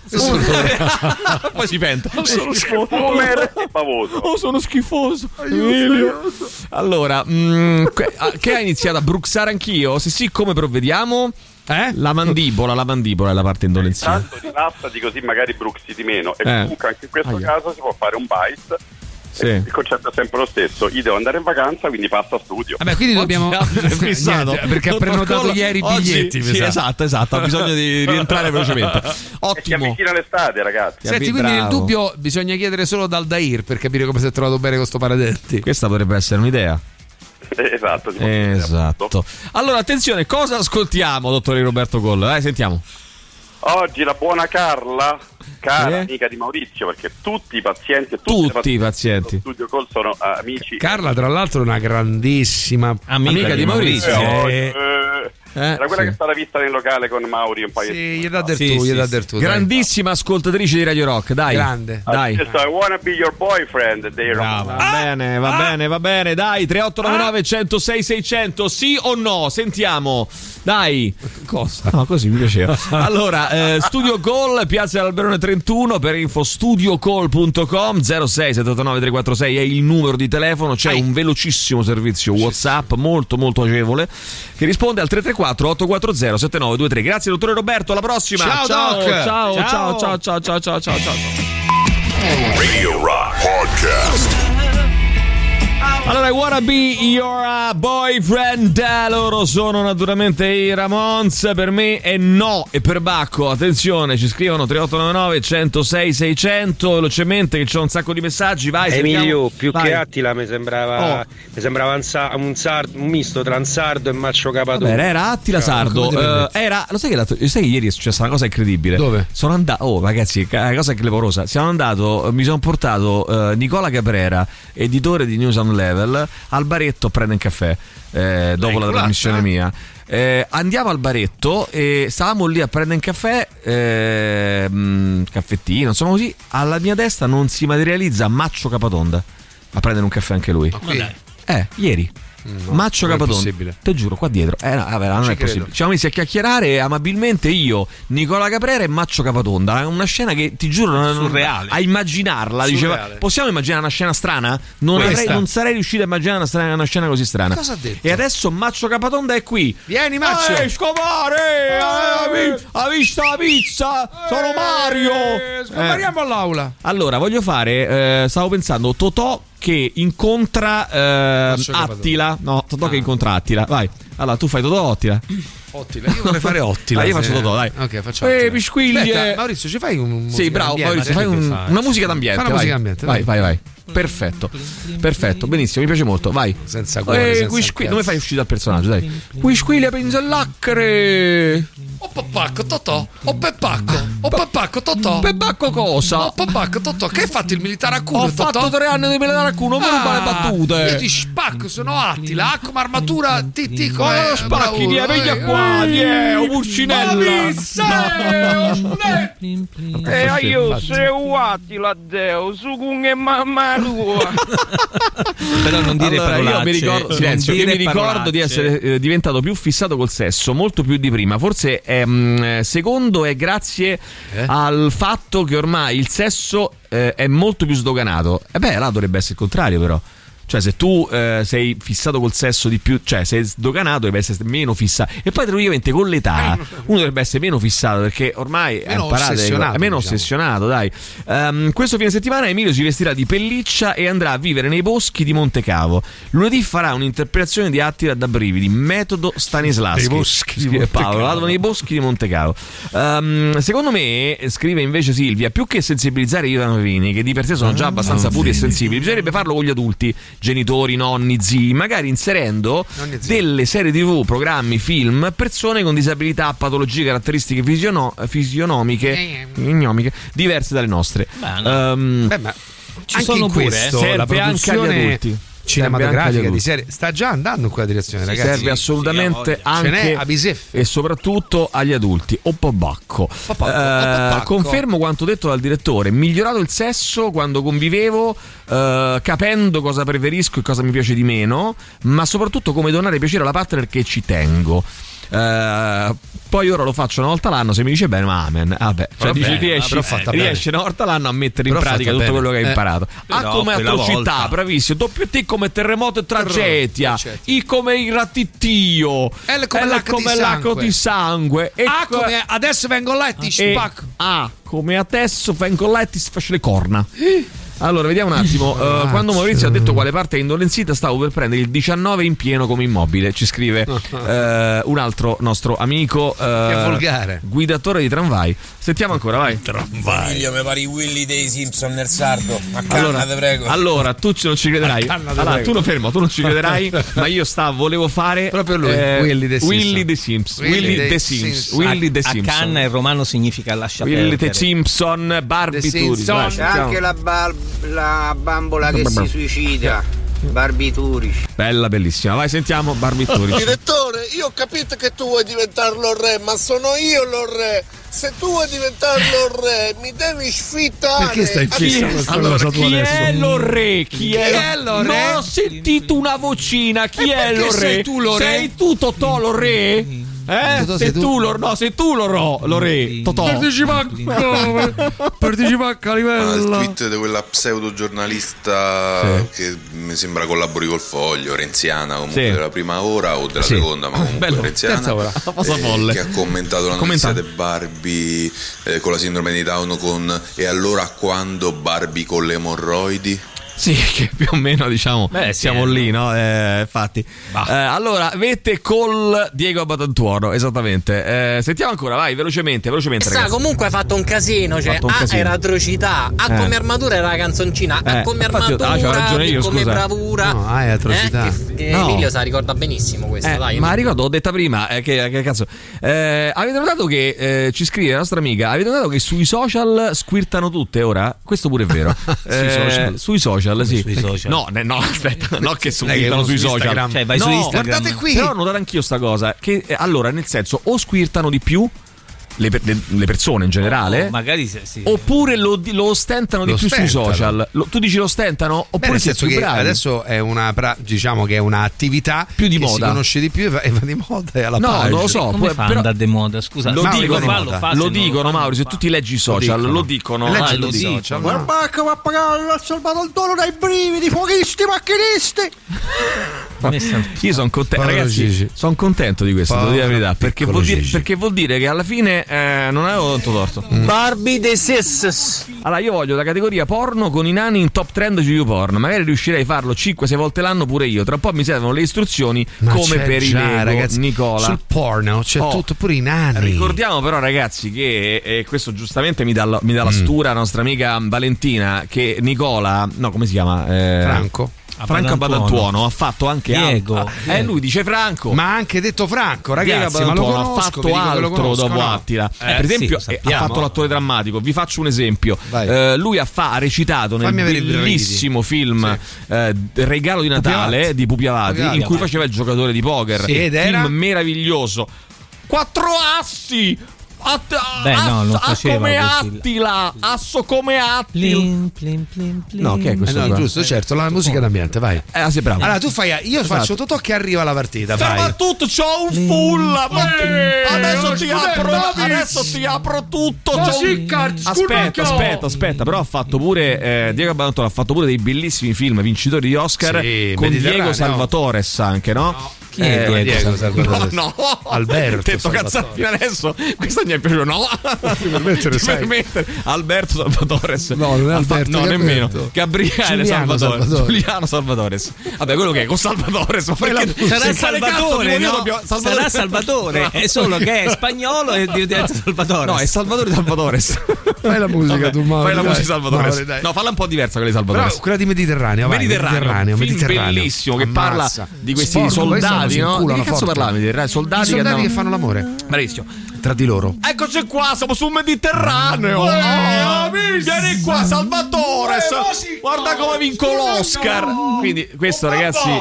Poi si penta. Sono schifoso. e bavoso. Oh, sono schifoso. Emilio. Allora, mh, che ha iniziato a bruxare anch'io? Se sì, come provvediamo? Eh? La mandibola, la mandibola è la parte indolenzita. Tanto rilassati così magari bruxi di meno. E Eh. comunque anche in questo Aia. caso si può fare un bite. Sì. E il concetto è sempre lo stesso. Io devo andare in vacanza, quindi passo a studio. Vabbè, quindi dobbiamo fissato Niente, perché ha Dottor prenotato Colla, ieri i oggi- biglietti. Sì, esatto, esatto, ha bisogno di rientrare velocemente. E si Ottimo. avvicina l'estate, ragazzi. Senti, quindi nel dubbio bisogna chiedere solo dal Dair per capire come si è trovato bene con sto paradenti. Questa potrebbe essere un'idea. Esatto, si può vedere, Esatto. appunto. Allora, attenzione, cosa ascoltiamo, dottore Roberto Colla? Dai, sentiamo. Oggi la buona Carla, cara Eh? amica di Maurizio, perché tutti i pazienti, tutte Tutti le pazienti i pazienti. dello Studio Call sono amici. Carla, tra l'altro, è una grandissima Amica, Amica di Maurizio. Eh, Eh, eh, Eh, Era quella sì. che è stata vista nel locale con Mauri un paio sì, di gli dà del sì, tu, sì, gli dà sì. del tu. Grandissima ascoltatrice di Radio Rock, dai. Grande. Dai. I wanna be your boyfriend, dei Rock. Va bene, va bene, va bene, dai, tre otto nove nove uno zero sei sei zero zero, sì o no? Sentiamo, dai. Cosa? No, così mi piaceva. Allora, eh, Studio Call, Piazza Alberone trentuno, per info studiocall punto com, zero sei sette otto nove tre quattro sei è il numero di telefono, c'è un velocissimo servizio WhatsApp molto molto agevole che risponde al tre tre quattro otto quattro zero sette nove due tre. Grazie dottore Roberto, alla prossima. Ciao, ciao, Doc. ciao, Ciao. ciao, ciao, ciao, ciao, ciao, ciao, ciao. Radio Rock Podcast. Allora, I wanna be your uh, boyfriend. Loro sono naturalmente i Ramones. Per me è no. E per Bacco, attenzione, ci scrivono tre otto nove nove uno zero sei sei zero zero velocemente, che c'è un sacco di messaggi. Vai, Emilio, sentiamo. più Vai. che Attila mi sembrava, Oh. mi sembrava un, sa- un, sar- un misto tra un sardo e Maccio Capatonda. Vabbè, era Attila Sardo. Uh, era, lo sai che, l'altro- sai che ieri è successa una cosa incredibile? Dove? Sono andato. Oh, ragazzi, una cosa clamorosa. Siamo andato, mi sono portato uh, Nicola Caprera, editore di News on Level, al baretto a prendere un caffè eh, dopo la trasmissione mia. Eh, andiamo al baretto e stavamo lì a prendere un caffè, eh, mh, caffettino, insomma così. Alla mia destra non si materializza Maccio Capatonda a prendere un caffè anche lui. Okay. Eh, ieri. No, Maccio non è Capatonda, possibile. te giuro, qua dietro. Eh, no, vabbè, non Ci è possibile. credo. Ci siamo messi a chiacchierare amabilmente io, Nicola Caprera e Maccio Capatonda. Una scena che ti giuro, non, Surreale. a immaginarla. Diceva, Surreale. possiamo immaginare una scena strana? Non, Questa. avrei, non sarei riuscito a immaginare una, strana- una scena così strana. Cosa ha detto? E adesso Maccio Capatonda è qui. Vieni, Maccio. Ehi, scomare! Eh, ha visto la pizza? Sono Mario! Scompariamo all'aula. Allora, voglio fare, eh, stavo pensando, Totò che incontra eh, Maccio Capatonda. Attila. No, Totò che incontra Attila. Vai. Allora, tu fai Totò o Attila? Ottila, io vorrei fare Ottila. Dai, io faccio se- Totò, dai. Ok, facciamo. Eh, Ottila. bisquiglie. Aspetta, Maurizio, ci fai un, un Sì, bravo, Maurizio, fai un- una musica d'ambiente. Fai una vai. musica d'ambiente. Vai, vai, vai. Perfetto. Perfetto, benissimo, mi piace molto. Vai. Senza cuore, Eh, senza Quisqui- cazzo. non mi fai uscire dal personaggio, dai. Quisquiglia pinzellacchere. O Peppacco Totò, o Peppacco, o Peppacco Totò. Peppacco cosa? O Peppacco Totò, che hai fatto il militare a culo? Ho fatto Totò? tre anni di militare a culo, non mi fare battute. Io ti spacco, sono Attila, ah, come armatura ti ti Ma come lo spacchi, bravura, via, veglia eh, qua, eh, via, o Pulcinella. E io sei Attila Deo, su con e mamma tua. Però non dire Allora, parolacce. io mi ricordo, non silenzio, io dire mi ricordo parolacce. di essere eh, diventato più fissato col sesso, molto più di prima. Forse ehm, secondo è grazie Eh? al fatto che ormai il sesso eh, è molto più sdoganato. E beh, là dovrebbe essere il contrario, però. Cioè, se tu eh, sei fissato col sesso di più, cioè sei sdoganato, dovrebbe essere meno fissato. E poi teoricamente con l'età uno dovrebbe essere meno fissato, perché ormai è Meno imparato, ossessionato, è meno diciamo. ossessionato, dai. Ehm, questo fine settimana Emilio si vestirà di pelliccia e andrà a vivere nei boschi di Montecavo. Lunedì farà un'interpretazione di Attila da brividi, metodo Stanislaschi. Nei boschi di Scrive Paolo, Montecavo. vado nei boschi di Montecavo. Ehm, secondo me, scrive invece Silvia, più che sensibilizzare i bambini, che di per sé sono già abbastanza puri e sensibili, bisognerebbe farlo con gli adulti, genitori, nonni, zii, magari inserendo Nonni e zii. delle serie tivù, programmi, film, persone con disabilità, patologie, caratteristiche fisiono- fisionomiche ignomiche, diverse dalle nostre. Ehm, Beh, ma Ci anche sono in pure, questo serve la anche agli produzione adulti. cinematografica Serve anche agli di adulti. serie sta già andando in quella direzione, Sì, ragazzi. serve assolutamente Ce anche n'è a biseffe. e soprattutto agli adulti. O Pobacco. Pobacco, Eh, o Pobacco. confermo quanto detto dal direttore: migliorato il sesso quando convivevo, eh, capendo cosa preferisco e cosa mi piace di meno, ma soprattutto come donare piacere alla partner che ci tengo. Eh, poi ora lo faccio una volta l'anno, se mi dice bene, ma amen. Vabbè, cioè Va dici, bene, riesci, però fatta riesci una volta l'anno a mettere in Però pratica fatta tutto bene. quello che hai Eh. imparato. A Però come quella atrocità, volta. bravissimo. Doppio T come terremoto e tragedia. tragedia. I come il rattitio. L come L l'acca di come l'acca sangue. di sangue. E Ah, co- come adesso vengo là e ti e spacco. A come adesso vengo là e ti faccio le corna. Allora, vediamo un attimo. eh, quando Maurizio ha detto quale parte è indolenzita, stavo per prendere il diciannove in pieno come immobile. Ci scrive eh, un altro nostro amico, eh, Che volgare. guidatore di tramvai. Sentiamo ancora, vai. Figlio, mi pari Willy dei Simpson nel sardo. A canna, Allora, te prego. allora, tu ci- non ci crederai. A canna, te Allora, prego. tu non fermo, tu non ci crederai. Ma io stavo, volevo fare Proprio lui, eh, Willy the Willy Simpson. the Sims. Willy Willy the the Sims. Simpson. Willy the A Simpson. canna in romano significa lascia Willy the perdere. Simpson, barbituri. Simpson. Vai, C'è sentiamo. anche la, bal- la bambola che si suicida. Barbiturici. Bella, bellissima. Vai, sentiamo Barbiturici. Direttore, io ho capito che tu vuoi diventare lo re, ma sono io lo re. Se tu vuoi diventare lo re, mi devi sfittare. Perché stai fissando allora, cosa tu chi adesso? è lo re? Chi, Chi è, è lo re? Non ho sentito una vocina. Chi E è perché lo re? sei tu lo re? Sei tu Totò lo re? Eh? Totò, sei, sei tu, tu? lo no, sei tu lo ro, lo re, Totò. Partecipa Partecipa a Ah, il livello. tweet di quella pseudo giornalista Sì. che mi sembra collabori col Foglio, renziana comunque, Sì. della prima ora o della Sì. seconda, ma comunque Bello, renziana, terza ora. La cosa eh, folle. che ha commentato la notizia di Barbie eh, con la sindrome di Down con "e allora quando Barbie con le emorroidi?" Sì, che più o meno diciamo Beh, sì, siamo eh, lì, no? Eh, infatti. Eh, allora, Vette col Diego Batantuono, esattamente. Eh, sentiamo ancora, vai, velocemente, velocemente, Sa, ragazzi. comunque ha fatto un casino, cioè Fatto un A casino. era atrocità, A Eh. come armatura era la canzoncina, A Eh, come infatti, armatura, ah, c'ho ragione io, B come scusa. bravura. No, A è atrocità. Eh, che, che No. Emilio sa ricorda benissimo questo, Eh, dai. ma ricordo, ho detta prima, eh, che, che cazzo. Eh, avete notato che eh, ci scrive la nostra amica? Avete notato che sui social squirtano tutte ora? Questo pure è vero. Eh, social? Sui social, sì. Sui social? No, ne- no, aspetta, no che Lei che squirtano uno sui su social. Instagram. Cioè, vai no, su Instagram. Guardate qui. Però ho notato anch'io sta cosa. Che eh, allora, nel senso, o squirtano di più le, per- le- le persone in generale. Oh, magari se- sì. Oppure lo, di- lo ostentano di Lo più sui ostentano. social. Lo- tu dici lo ostentano? Beh, Oppure nel siete senso più che bravi? adesso è una pra- diciamo che è un'attività Più di che moda. si conosce di più e va, e va di moda e alla No, page. non lo so. Come poi- fa però- andare de moda? Scusa, Lo Mauri, dicono, va di moda. fa, lo se non dicono fa, Mauri, se non tu ti leggi i social, lo dicono. Leggi Ah, tutti lo i dicono. social, Guarda, no? Bacca va a pagare al salvato il dono dai brividi, fuochisti, macchinisti. Io sono contento, Povero ragazzi. Gigi. Sono contento di questo, devo dire la Povero verità. Perché piccolo vuol, dire, Gigi. perché vuol dire che alla fine eh, non avevo tanto torto. Barbie de Sesses. Allora, io voglio la categoria porno con i nani in top trend su YouPorn. Magari riuscirei a farlo cinque sei volte l'anno pure io. Tra un po' mi servono le istruzioni Ma come c'è per i già, Lego, ragazzi, Nicola. sul porno c'è Oh, tutto, pure i nani. Ricordiamo però, ragazzi, che e questo giustamente mi dà, la- mi dà la Mm. stura la nostra amica Valentina, che Nicola, no, come si chiama? Eh, Franco. Franco Badantuono. Badantuono ha fatto anche Diego. altro. Eh, lui dice Franco. Ma ha anche detto Franco, ragazzi, Diego ma lo Badantuono conosco, ha fatto vi dico che lo altro conosco, dopo no? Attila. Eh, per esempio, sì, lo eh, ha sappiamo. fatto l'attore drammatico. Vi faccio un esempio. Vai. Eh, lui ha, fa- ha recitato nel Fammi avere i brividi. bellissimo film eh, Regalo di Natale Pupiavati. di Pupiavati, Pupiavati. in cui faceva il giocatore di poker. Sì, ed era? Film meraviglioso. Quattro assi. Att- Beh, no, non ass- faceva come così. Attila, asso come Attila. Plin, plin, plin, plin. No, che è Eh questo? no, qua? giusto, certo, la musica d'ambiente, vai. Eh, sei bravo. Allora tu fai, io Esatto. faccio Totò che arriva alla partita, Ferma vai. tutto, c'ho un full. Adesso ti scusa, apro, David. adesso ti apro tutto. Ma c'ho sì, un- cazzo, Aspetta, scusa, aspetta, aspetta. Però ha fatto pure eh, Diego Badantuono ha fatto pure dei bellissimi film vincitori di Oscar Sì, con Mediterraneo. Diego Salvatores anche, no? Chi è Eh, Diego? Salvatore? No, no, Alberto Detto Salvatore. cazzate adesso. Questo mi è piaciuto, no? Ti permettere, Ti sai. permettere. Alberto Salvatores. No, non è Ha fa- Alberto, No, che nemmeno. Alberto? Gabriele Giuliano Salvatore. Salvatore. Giuliano Salvatores. Vabbè, quello che è con Salvatores. Ma Fai la perché- musica. Sarà se quale cazzo Salvatore, di no? dobbiamo- Sarà Salvatore, è solo che è spagnolo e diventa Salvatore. No, è Salvatore Salvatores. Fai la musica Vabbè, tu, Mauro, Fai la dai. musica Salvatores. Mauro, dai. No, falla un po' diversa quella di Salvatores. Però quella di Mediterraneo, vai, Mediterraneo, film Mediterraneo. bellissimo che Ammazza. parla di questi Sporco, questi soldati, si no? inculano Di che cazzo forte. parlava Mediterraneo? Soldati, I soldati che, che andavano- fanno l'amore Bravissimo. tra di loro. Eccoci qua, siamo sul Mediterraneo. Oh, vieni qua, Salvatores. Guarda come vinco l'Oscar. Quindi, questo, ragazzi,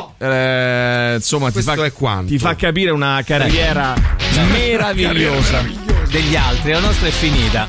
eh, insomma, ti Questo fa, è quanto. ti fa capire una carriera meravigliosa. Degli altri, la nostra è finita.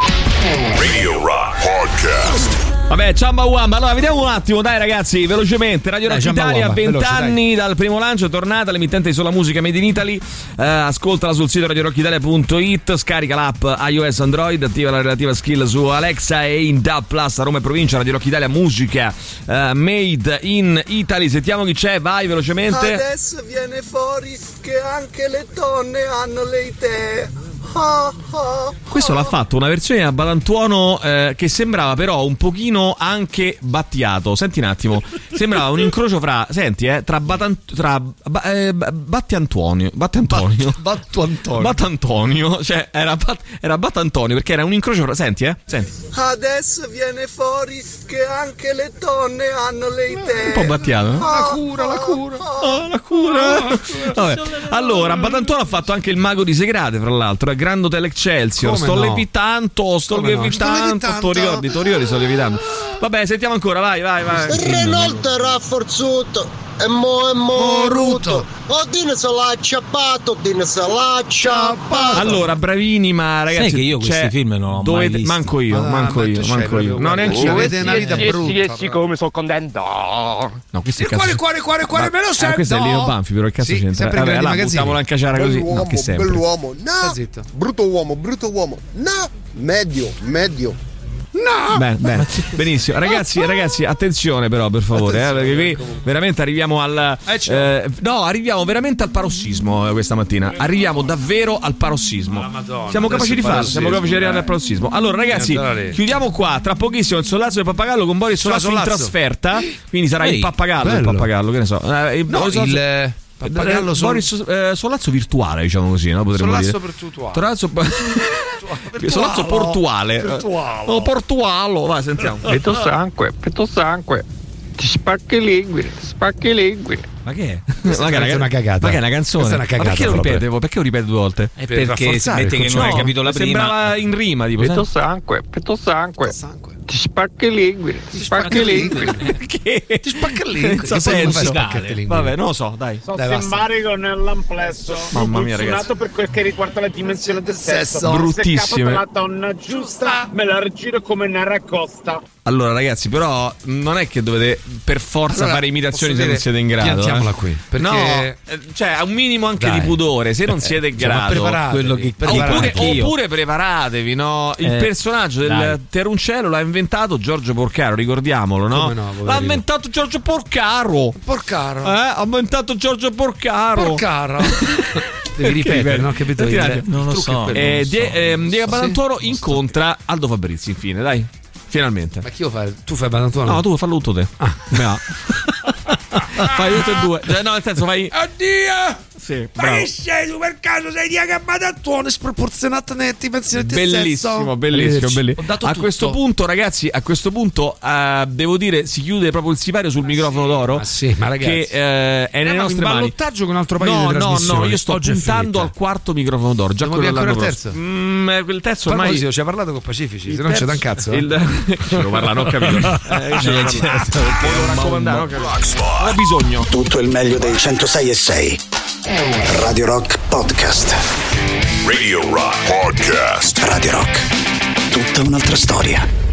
Radio Rock Podcast. Vabbè, ciamba wamba. Allora, vediamo un attimo, dai ragazzi, velocemente. Radio Dai, Rock ciamba Italia, wamba, venti veloce, anni dal primo lancio, è tornata l'emittente di sola musica Made in Italy. Eh, ascoltala sul sito radio rock italia punto it, scarica l'app iOS Android, attiva la relativa skill su Alexa e in D A B Plus a Roma e provincia. Radio Rock Italia, musica eh, Made in Italy. Sentiamo chi c'è, vai velocemente. Adesso viene fuori che anche le donne hanno le idee. Ah, ah, Questo l'ha fatto una versione a Badantuono eh, che sembrava però un pochino anche Battiato. Senti un attimo, sembrava un incrocio fra, senti, eh, tra, Batan, tra ba, eh, Batti Antonio, Batti Antonio, Batto Antonio. Battantonio, cioè era, Bat, era Battantonio perché era un incrocio fra, senti, eh, senti, Adesso viene fuori che anche le donne hanno le idee. un po' Battiato, no? La cura, la cura. Oh, la cura. Vabbè. Allora, Batantuono ha fatto anche il Mago di Segrate, fra l'altro, è Grand Hotel Excelsior. Come sto no? levitando, sto Come no? levitando. Sto Tu ricordi, tu ricordi, sto levitando. Vabbè, sentiamo ancora, vai, vai, vai. Il Renault è rafforzato e mo è moruto. Oddio se l'ha acciappato, oddio se l'ha acciappato. Allora, bravini, ma ragazzi, sai che io questi cioè, film non ho dovete, mai visti. manco io, Ah, manco ma io, tu manco c'hai io. proprio- No, neanche io. Avete una vita brutta. siccome sono contento. No, questo è Il cuore, cuore, cuore, cuore, me lo Ah, sento. questo è Lino Banfi, però il cazzo Sì, c'entra. sempre Vabbè, grandi là, magazzini. buttiamola in caciara così. No, che sempre. Bell'uomo, no, Sta zitto. brutto uomo, brutto uomo, no, medio, medio. No! Bene, bene, benissimo. Ragazzi, ragazzi, attenzione però, per favore, eh, perché qui veramente arriviamo al eh, no, arriviamo veramente al parossismo eh, questa mattina. Arriviamo davvero al parossismo. Siamo capaci di farlo, siamo capaci di arrivare al parossismo. Allora, ragazzi, chiudiamo qua. Tra pochissimo il Sollazzo del Pappagallo con Boris Sollazzo in trasferta. Quindi sarà Ehi, il Pappagallo, bello. il Pappagallo, che ne so. Eh, il- No, il- il Pappagallo eh, sol- Boris eh, Sollazzo virtuale, diciamo così, no? Potremmo Sollazzo dire. virtuale. Sollazzo Sollazzo portuale. Virtuale. Oh, portualo, vai, sentiamo. Petto sangue, petto sangue. Ti spacchi le linguine, ti spacchi le linguine. Ma che è? Questa Ma che è una cagata. Ma che è una canzone? Questa è una cagata Ma perché lo proprio. ripete? Perché lo ripete due volte? È Per perché si rafforzare mette il che non hai concetto. capito la prima. Sembrava in rima, tipo. Petto sai? sangue, petto sangue. Ti spacchi le linguine, ti spacchi le linguine. Che? Ti spacca il Senza link. Che poi senso. come fai a spaccarti il link? Vabbè, non lo so, dai. Sono Dai, basta. simbarico nell'amplesso. Mamma mia, ragazzi. Funzionato per quel che riguarda la dimensione del sesso. Sesso. Bruttissime. Se capo la donna giusta, me la rigiro come Nara Costa. Allora, ragazzi, però non è che dovete per forza Allora, fare imitazioni posso se non dire, siete in grado. piantiamola eh. qui, perché- No, eh, cioè, ha un minimo anche Dai. di pudore. Se non siete in Cioè, ma grado, preparatevi, quello che- Oppure, Preparatevi. oppure preparatevi, no? Il Eh, personaggio del dai. Teruncello l'ha inventato Giorgio Porcaro, ricordiamolo, no? Come no, poverino. L'ha inventato Giorgio Porcaro. Porcaro. Eh? Ha inventato Giorgio Porcaro. Porcaro. Devi ripetere, no? Capito? Perché Il- dai, non lo il trucco so. è quello, Eh, non lo Die- so. ehm, Diego Sì. Badantuono incontra Aldo Fabrizi, infine, dai. Finalmente. Ma chi lo fa? Tu fai Badantuono? No, tu fallo tutto te. Ah. Come va? Fai tutte e due. Cioè, no, nel senso, fai. Oddio! Sì, Ma bravo. che sei tu per caso? Sei Diego a Badantuono sproporzionatamente pensione Bellissimo, bellissimo, bellissimo. Ho dato A tutto. questo punto, ragazzi, a questo punto eh, devo dire si chiude proprio il sipario sul microfono d'oro. Ma sì, ma ragazzi. Che eh, è Eh, nelle ma nostre in mani. ballottaggio con un altro paio No, di no, trasmissioni. no, io sto Oggi è puntando finita. al quarto microfono d'oro. Già Dobbiamo quello ancora l'anno il prossimo. terzo? Mm, eh, quel terzo Poi ormai. così, ci ha parlato con Pacifici, Il se no c'è terzo- da un cazzo. eh. Il... Ce lo parla, non ho capito. Eh, ce lo parla. Volevo raccomandare, non ho capito. Ho bisogno. Tutto il meglio dei centosei e sei. Radio Rock Podcast. Radio Rock Podcast. Radio Rock. Tutta un'altra storia.